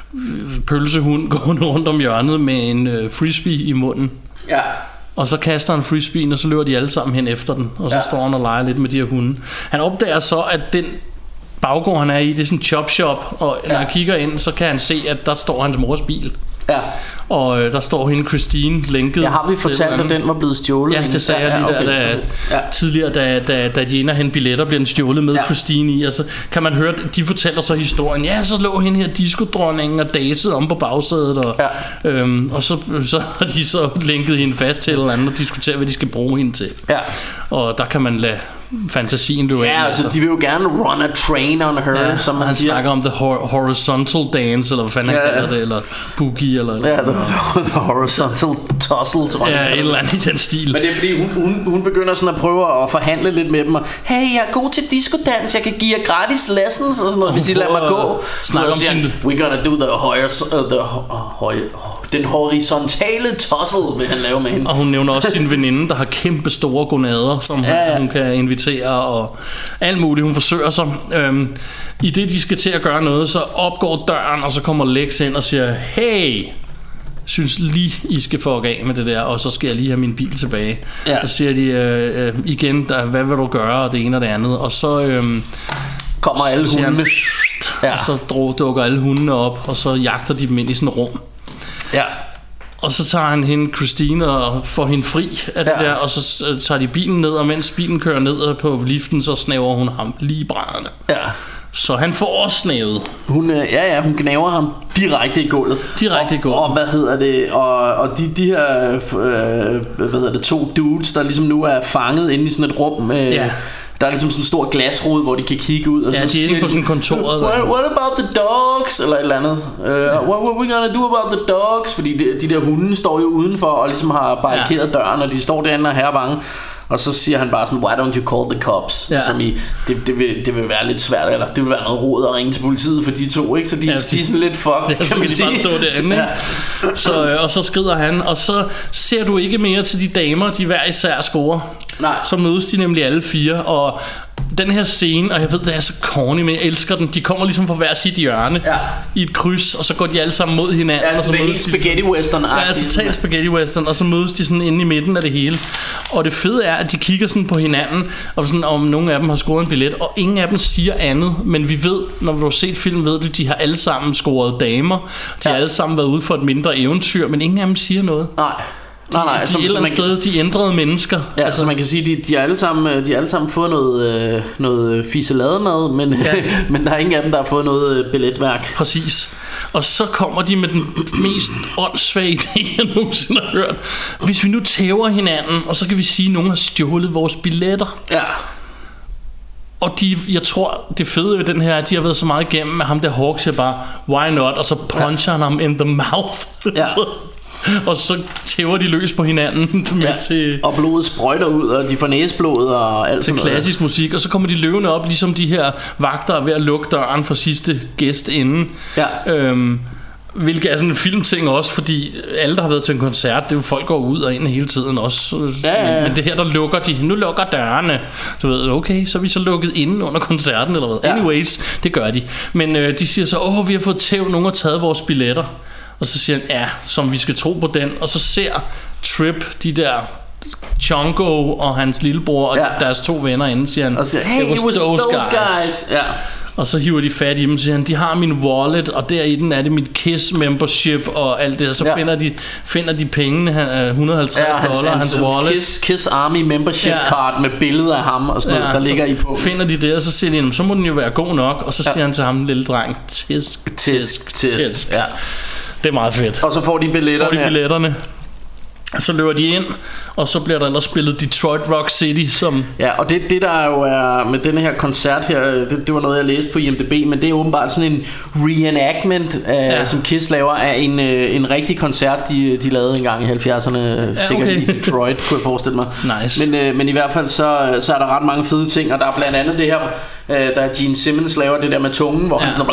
Speaker 3: pølsehund gående rundt om hjørnet med en øh, frisbee i munden. Ja. Og så kaster han frisbeen, og så løber de alle sammen hen efter den. Og så ja. står han og leger lidt med de her hunde. Han opdager så, at den baggård han er i, det er sådan en chop shop, og når ja. han kigger ind, så kan han se, at der står hans mors bil. Ja. Og øh, der står hende Christine lænket.
Speaker 4: Ja, har vi fortalt, at den var blevet stjålet?
Speaker 3: Ja, det sagde ja, jeg lige ja, okay. der, da, ja. tidligere, da, da, da de ender hen billetter, bliver den stjålet med ja. Christine i, og så kan man høre, at de fortæller så historien. Ja, så lå hende her diskodronningen og dasede om på bagsædet, og, ja. øhm, og så, så har de så lænket hende fast til et eller andet og diskuterer, hvad de skal bruge hende til. Ja. Og der kan man lade fantasien løbe
Speaker 4: ja,
Speaker 3: ind.
Speaker 4: Altså, de vil jo gerne run a train on her,
Speaker 3: ja,
Speaker 4: som man
Speaker 3: han
Speaker 4: siger.
Speaker 3: snakker om the hor- horizontal dance, eller hvad fanden ja, han kalder det, eller boogie, eller...
Speaker 4: Ja, the, the horizontal tussle, tror jeg.
Speaker 3: Ja, et eller andet i den stil.
Speaker 4: Men det er fordi, hun, hun, hun begynder sådan at prøve at forhandle lidt med dem, og hey, jeg er god til diskodans, jeg kan give jer gratis lessons, og sådan noget, hvis I lader mig gå.
Speaker 3: Snakker om sin...
Speaker 4: We're gonna do the horizontal... Uh, the, uh, den horisontale tussle vil han lave med hende.
Speaker 3: Og hun nævner også sin veninde, der har kæmpe store gonader, som ja, ja. hun kan invitere, og alt muligt. Hun forsøger sig. Øhm, I det, de skal til at gøre noget, så opgår døren, og så kommer Lex ind og siger, hey, synes lige, I skal få af med det der, og så skal jeg lige have min bil tilbage. Ja. Og så siger de øh, øh, igen, der, hvad vil du gøre, og det ene og det andet. Og så... Øh,
Speaker 4: kommer alle hundene.
Speaker 3: Ja. Og så dukker alle hundene op, og så jagter de dem ind i sådan et rum. Ja. Og så tager han hende Christine og får hende fri af det ja. der, og så tager de bilen ned, og mens bilen kører ned på liften, så snæver hun ham lige i brædderne. Ja. Så han får også snævet.
Speaker 4: Hun, ja, ja, hun gnaver ham direkte i gulvet.
Speaker 3: Direkte i gulvet.
Speaker 4: Og, og hvad hedder det? Og, og de, de her øh, hvad hedder det, to dudes, der ligesom nu er fanget inde i sådan et rum med... Ja. Der er ligesom sådan en stor glasrude, hvor de kan kigge ud. Og
Speaker 3: ja,
Speaker 4: så
Speaker 3: de er inde på sådan kontoret.
Speaker 4: What, what about the dogs? Eller et eller andet. Uh, what, what are we gonna do about the dogs? Fordi de, de der hunde står jo udenfor og ligesom har barrikeret ja. døren, og de står derinde og herrebange. Og så siger han bare sådan, why don't you call the cops? Ja. Som i, det, det, vil, det vil være lidt svært, eller det vil være noget rod at ringe til politiet for de to, ikke? Så de, ja, de, de er sådan lidt fucked,
Speaker 3: ja, kan man sige. Bare stå derinde, ja. så, øh, og så skrider han, og så ser du ikke mere til de damer, de hver især scorer. Nej. Så mødes de nemlig alle fire, og den her scene, og jeg ved, det er så corny, men jeg elsker den. De kommer ligesom på hver sit hjørne ja. i et kryds, og så går de alle sammen mod hinanden.
Speaker 4: Ja, altså
Speaker 3: og så
Speaker 4: det er helt spaghetti western.
Speaker 3: Ja, totalt spaghetti western, og så mødes de sådan inde i midten af det hele. Og det fede er, at de kigger sådan på hinanden, og sådan, om nogle af dem har scoret en billet, og ingen af dem siger andet, men vi ved, når du har set film, ved du, de har alle sammen scoret damer. De ja. har alle sammen været ude for et mindre eventyr, men ingen af dem siger noget.
Speaker 4: Nej.
Speaker 3: De, nej, nej, de, som, et eller andet sted, de ændrede mennesker.
Speaker 4: Ja, altså så man kan sige, de, de har alle sammen, de har alle sammen fået noget, øh, noget fiselademad, men, ja. men der er ingen af dem, der har fået noget billetværk.
Speaker 3: Præcis. Og så kommer de med den mest åndssvage idé, jeg nogensinde har hørt. Hvis vi nu tæver hinanden, og så kan vi sige, at nogen har stjålet vores billetter. Ja. Og de, jeg tror, det fede ved den her, de har været så meget igennem, at ham der Hawk siger bare, why not? Og så puncher han ja. ham in the mouth. Ja. Og så tæver de løs på hinanden med ja, til,
Speaker 4: og blodet sprøjter ud, og de får næseblod og alt
Speaker 3: til klassisk noget. Musik. Og så kommer de løbende op, ligesom de her vagter er ved at lukke døren for sidste gæst inden. Ja. øhm, Hvilket er sådan en filmting også, fordi alle der har været til en koncert, det er jo folk går ud og ind hele tiden også. Ja, ja, ja. Men, men det her der lukker de, nu lukker dørene. Du ved, okay, så er vi så lukket inde under koncerten eller hvad. Ja. Anyways, det gør de. Men øh, de siger så, åh, vi har fået tæv, nogen har taget vores billetter. Og så siger han, ja, som vi skal tro på den. Og så ser Trip de der Chongo og hans lillebror og ja. deres to venner inden, siger han.
Speaker 4: Og siger, hey, it was, it was those, those guys, guys. Ja. Og
Speaker 3: så hiver de fat i dem, siger han, de har min wallet, og der i den er det mit Kiss membership og alt det, og så ja. finder de finder de pengene, et hundrede og halvtreds ja, hans, dollar, hans, hans wallet.
Speaker 4: Kiss, Kiss Army membership ja. card med billeder af ham og sådan ja, noget, der ligger i på.
Speaker 3: Finder de det, og så siger de, så må den jo være god nok, og så siger ja. han til ham, lille dreng, tisk,
Speaker 4: tisk, tisk, tisk. Ja.
Speaker 3: Det er meget fedt.
Speaker 4: Og så får de billetterne.
Speaker 3: Får de billetterne. Så løber de ind, og så bliver der ellers spillet Detroit Rock City som...
Speaker 4: Ja, og det, det der jo er med denne her koncert her, det, det var noget jeg læste på I M D B, men det er åbenbart sådan en reenactment af, ja. som Kiss laver af en, en rigtig koncert de, de lavede engang i halvfjerdserne, ja, sikkert okay. i Detroit, kunne jeg forestille mig.
Speaker 3: Nice.
Speaker 4: Men, men i hvert fald så, så er der ret mange fede ting, og der er blandt andet det her, der Gene Simmons laver det der med tungen, hvor ja. han sådan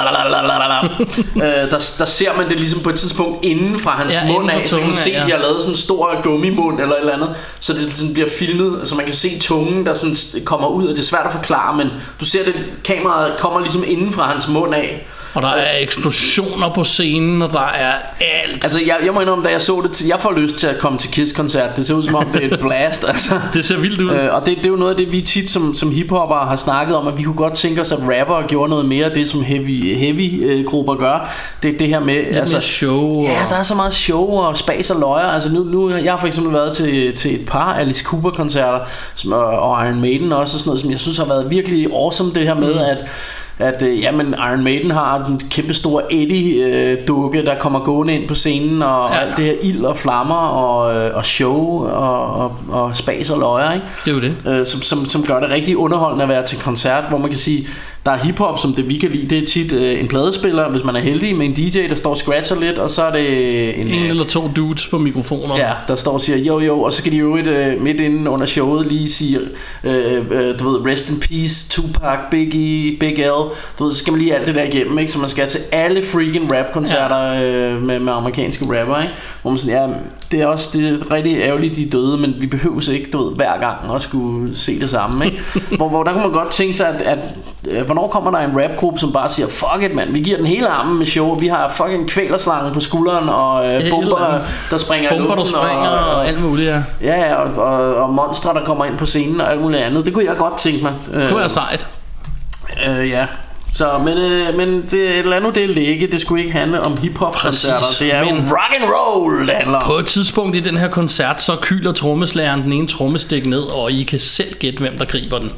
Speaker 4: der, der ser man det ligesom på et tidspunkt inden fra hans ja, mund af, så kan man se, ja. de har lavet sådan en stor gummimund eller et eller andet, så det sådan bliver filmet, så man kan se tungen der sådan kommer ud, og det er svært at forklare, men du ser det, kameraet kommer ligesom inden fra hans mund af.
Speaker 3: Og der er eksplosioner på scenen, og der er alt.
Speaker 4: Altså jeg, jeg må indrømme, da jeg så det, jeg får lyst til at komme til Kiss-koncert. Det ser ud som om det er et blast, altså.
Speaker 3: Det ser vildt ud.
Speaker 4: øh, Og det, det er jo noget af det vi tit som, som hiphopper har snakket om, at vi kunne godt tænke os, at rapper gjorde noget mere af det som heavy, heavy øh, grupper gør. Det, det her med
Speaker 3: lidt altså,
Speaker 4: show og... Ja, der er så meget show og spas og løjer. Altså nu, nu jeg har for eksempel været til, til et par Alice Cooper koncerter som, og Iron Maiden også og sådan noget, som jeg synes har været virkelig awesome, det her med mm. at at øh, jamen Iron Maiden har en kæmpe stor Eddie øh, dukke der kommer gående ind på scenen og, ja. og alt det her ild og flammer og, øh, og show og, og, og spas og løjer, ikke?
Speaker 3: Det er jo det.
Speaker 4: Øh, som, som, som gør det rigtig underholdende at være til koncert, hvor man kan sige der er hiphop som det vi kan lide. Det er tit øh, en pladespiller, hvis man er heldig, med en D J der står og scratcher lidt, og så er det en,
Speaker 3: en eller to dudes på mikrofoner.
Speaker 4: Ja, der står og siger jo jo, og så skal de jo et, øh, midt inden under showet lige sige øh, øh, du ved, rest in peace Tupac, Biggie, Big L. Du ved, så skal man lige alt det der igennem, ikke? Så man skal til alle freaking rap-koncerter ja. øh, med, med amerikanske rapper, ikke? Hvor man sådan, ja, det er også det er rigtig ærgerligt, de er døde, men vi behøver ikke, du ved, hver gang at skulle se det samme, ikke? hvor, hvor der kunne man godt tænke sig, at, at øh, hvornår kommer der en rapgruppe, som bare siger, fuck it, mand, vi giver den hele armen med show, vi har fucking kvælerslangen på skulderen, og øh, bomber, der springer
Speaker 3: bomber,
Speaker 4: i luften,
Speaker 3: der springer, og, og, og alt muligt, ja.
Speaker 4: Ja, og, og, og monstre, der kommer ind på scenen, og alt muligt andet. Det kunne jeg godt tænke mig.
Speaker 3: Det kunne være sejt.
Speaker 4: Øh, ja. Så, men, øh, men det, lad nu det ligge. Det skulle ikke handle om hiphop-koncerter. Det er jo rock and roll, det handler om.
Speaker 3: På et tidspunkt i den her koncert, så kyler trommeslageren den ene trommestik ned, og I kan selv gætte, hvem der griber den.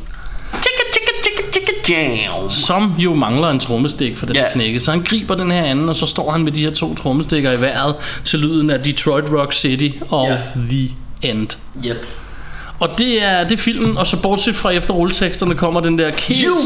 Speaker 3: Som jo mangler en trommestik for den yeah. knække. Så han griber den her anden, og så står han med de her to trommestikker i vejret til lyden af Detroit Rock City og yeah. The End.
Speaker 4: Yep.
Speaker 3: Og det er, det er filmen. Og så bortset fra efter rulleteksterne kommer den der Kiss
Speaker 4: You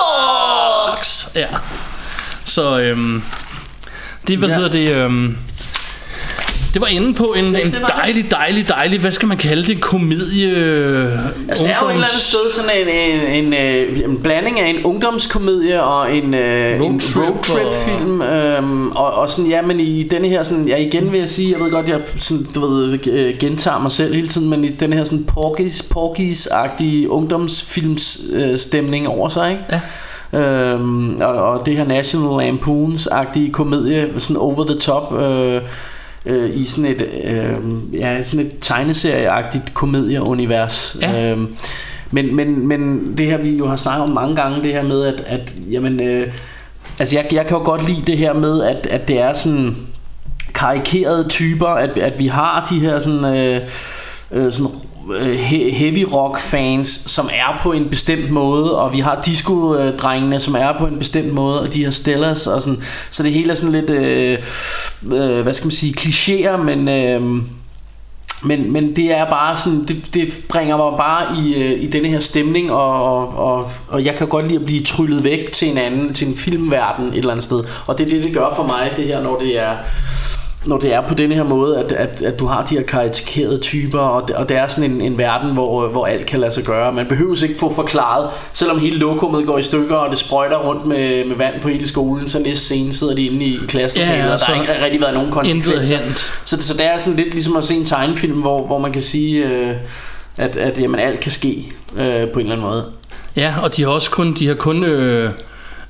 Speaker 4: sucks.
Speaker 3: Ja. Så øhm, det, hvad yeah. hedder det øhm, det var inde på en, en dejlig, dejlig, dejlig, hvad skal man kalde det, komedie.
Speaker 4: Altså det er jo et eller andet sted sådan en, en, en, en blanding af en ungdomskomedie og en roadtrip road film, øhm, og, og sådan, ja, men i denne her sådan, ja, igen vil jeg sige, jeg ved godt, jeg sådan, du ved, gentager mig selv hele tiden, men i denne her sådan Porky's, Porky's-agtige ungdomsfilmsstemning øh, over sig, ikke? Ja. Øhm, og, og det her National Lampoons-agtige komedie, sådan over the top, øh, i sådan et øh, ja, sådan et tegneserieagtigt komedieunivers. Ja. Øh, men, men, men det her vi jo har snakket om mange gange, det her med at, at jamen, øh, altså jeg, jeg kan jo godt lide det her med at, at det er sådan karikerede typer, at, at vi har de her sådan, øh, øh, sådan heavy rock fans, som er på en bestemt måde, og vi har disco-drengene, som er på en bestemt måde, og de har Stellas og sådan, så det hele er sådan lidt øh, øh, hvad skal man sige, klichéer, men øh, men, men det er bare sådan, det, det bringer mig bare i, øh, i denne her stemning, og, og, og, og jeg kan godt lide at blive tryllet væk til en anden, til en filmverden et eller andet sted, og det er det, det gør for mig, det her, når det er når det er på denne her måde, at, at, at du har de her karikerede typer, og det, og det er sådan en, en verden, hvor, hvor alt kan lade sig gøre. Man behøver ikke få forklaret, selvom hele lokummet går i stykker, og det sprøjter rundt med, med vand på hele skolen, så næste scene sidder de inde i klasselokalet, ja, og der har ikke rigtig været nogen konsekvenser. Så, så det er sådan lidt ligesom at se en tegnefilm, hvor, hvor man kan sige, øh, at, at jamen, alt kan ske øh, på en eller anden måde.
Speaker 3: Ja, og de har også kun, de har kun øh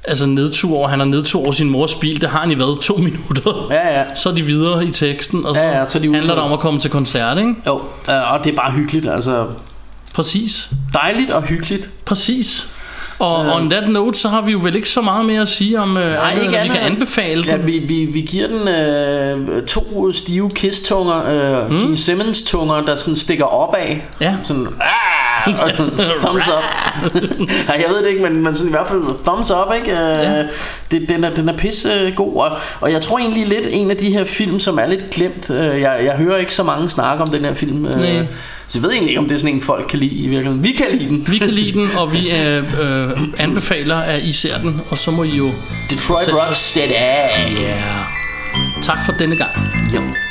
Speaker 3: altså nedtur, han har nedtur over sin mors bil. Det har han i hvad? To minutter.
Speaker 4: Ja, ja.
Speaker 3: Så er de videre i teksten, og så,
Speaker 4: ja, ja, så de
Speaker 3: handler det om at komme til koncert, ikke?
Speaker 4: Jo, og det er bare hyggeligt, altså.
Speaker 3: Præcis.
Speaker 4: Dejligt og hyggeligt.
Speaker 3: Præcis. Og uh, on that note, så har vi jo vel ikke så meget mere at sige om, uh, nej, andet, ikke vi kan anbefale
Speaker 4: ja,
Speaker 3: den.
Speaker 4: Vi, vi, vi giver den uh, to stive kiss-tunger, uh, mm. Gene Simmons-tunger, der sådan stikker opad.
Speaker 3: Ja.
Speaker 4: Sådan, ah, thumbs up. Nej, jeg ved det ikke, men, men sådan i hvert fald thumbs up, ikke? Uh, ja. det, den, er, den er pisse god, og, og jeg tror egentlig lidt en af de her film, som er lidt glemt. Uh, jeg, jeg hører ikke så mange snakke om den her film. Uh, Så jeg ved egentlig ikke, om det er sådan en, folk kan lide i virkeligheden. Vi kan lide den.
Speaker 3: Vi kan lide den, og vi øh, øh, anbefaler, at I ser den. Og så må I jo...
Speaker 4: Detroit Rock City.
Speaker 3: Ja. Yeah. Tak for denne gang.
Speaker 4: Jo.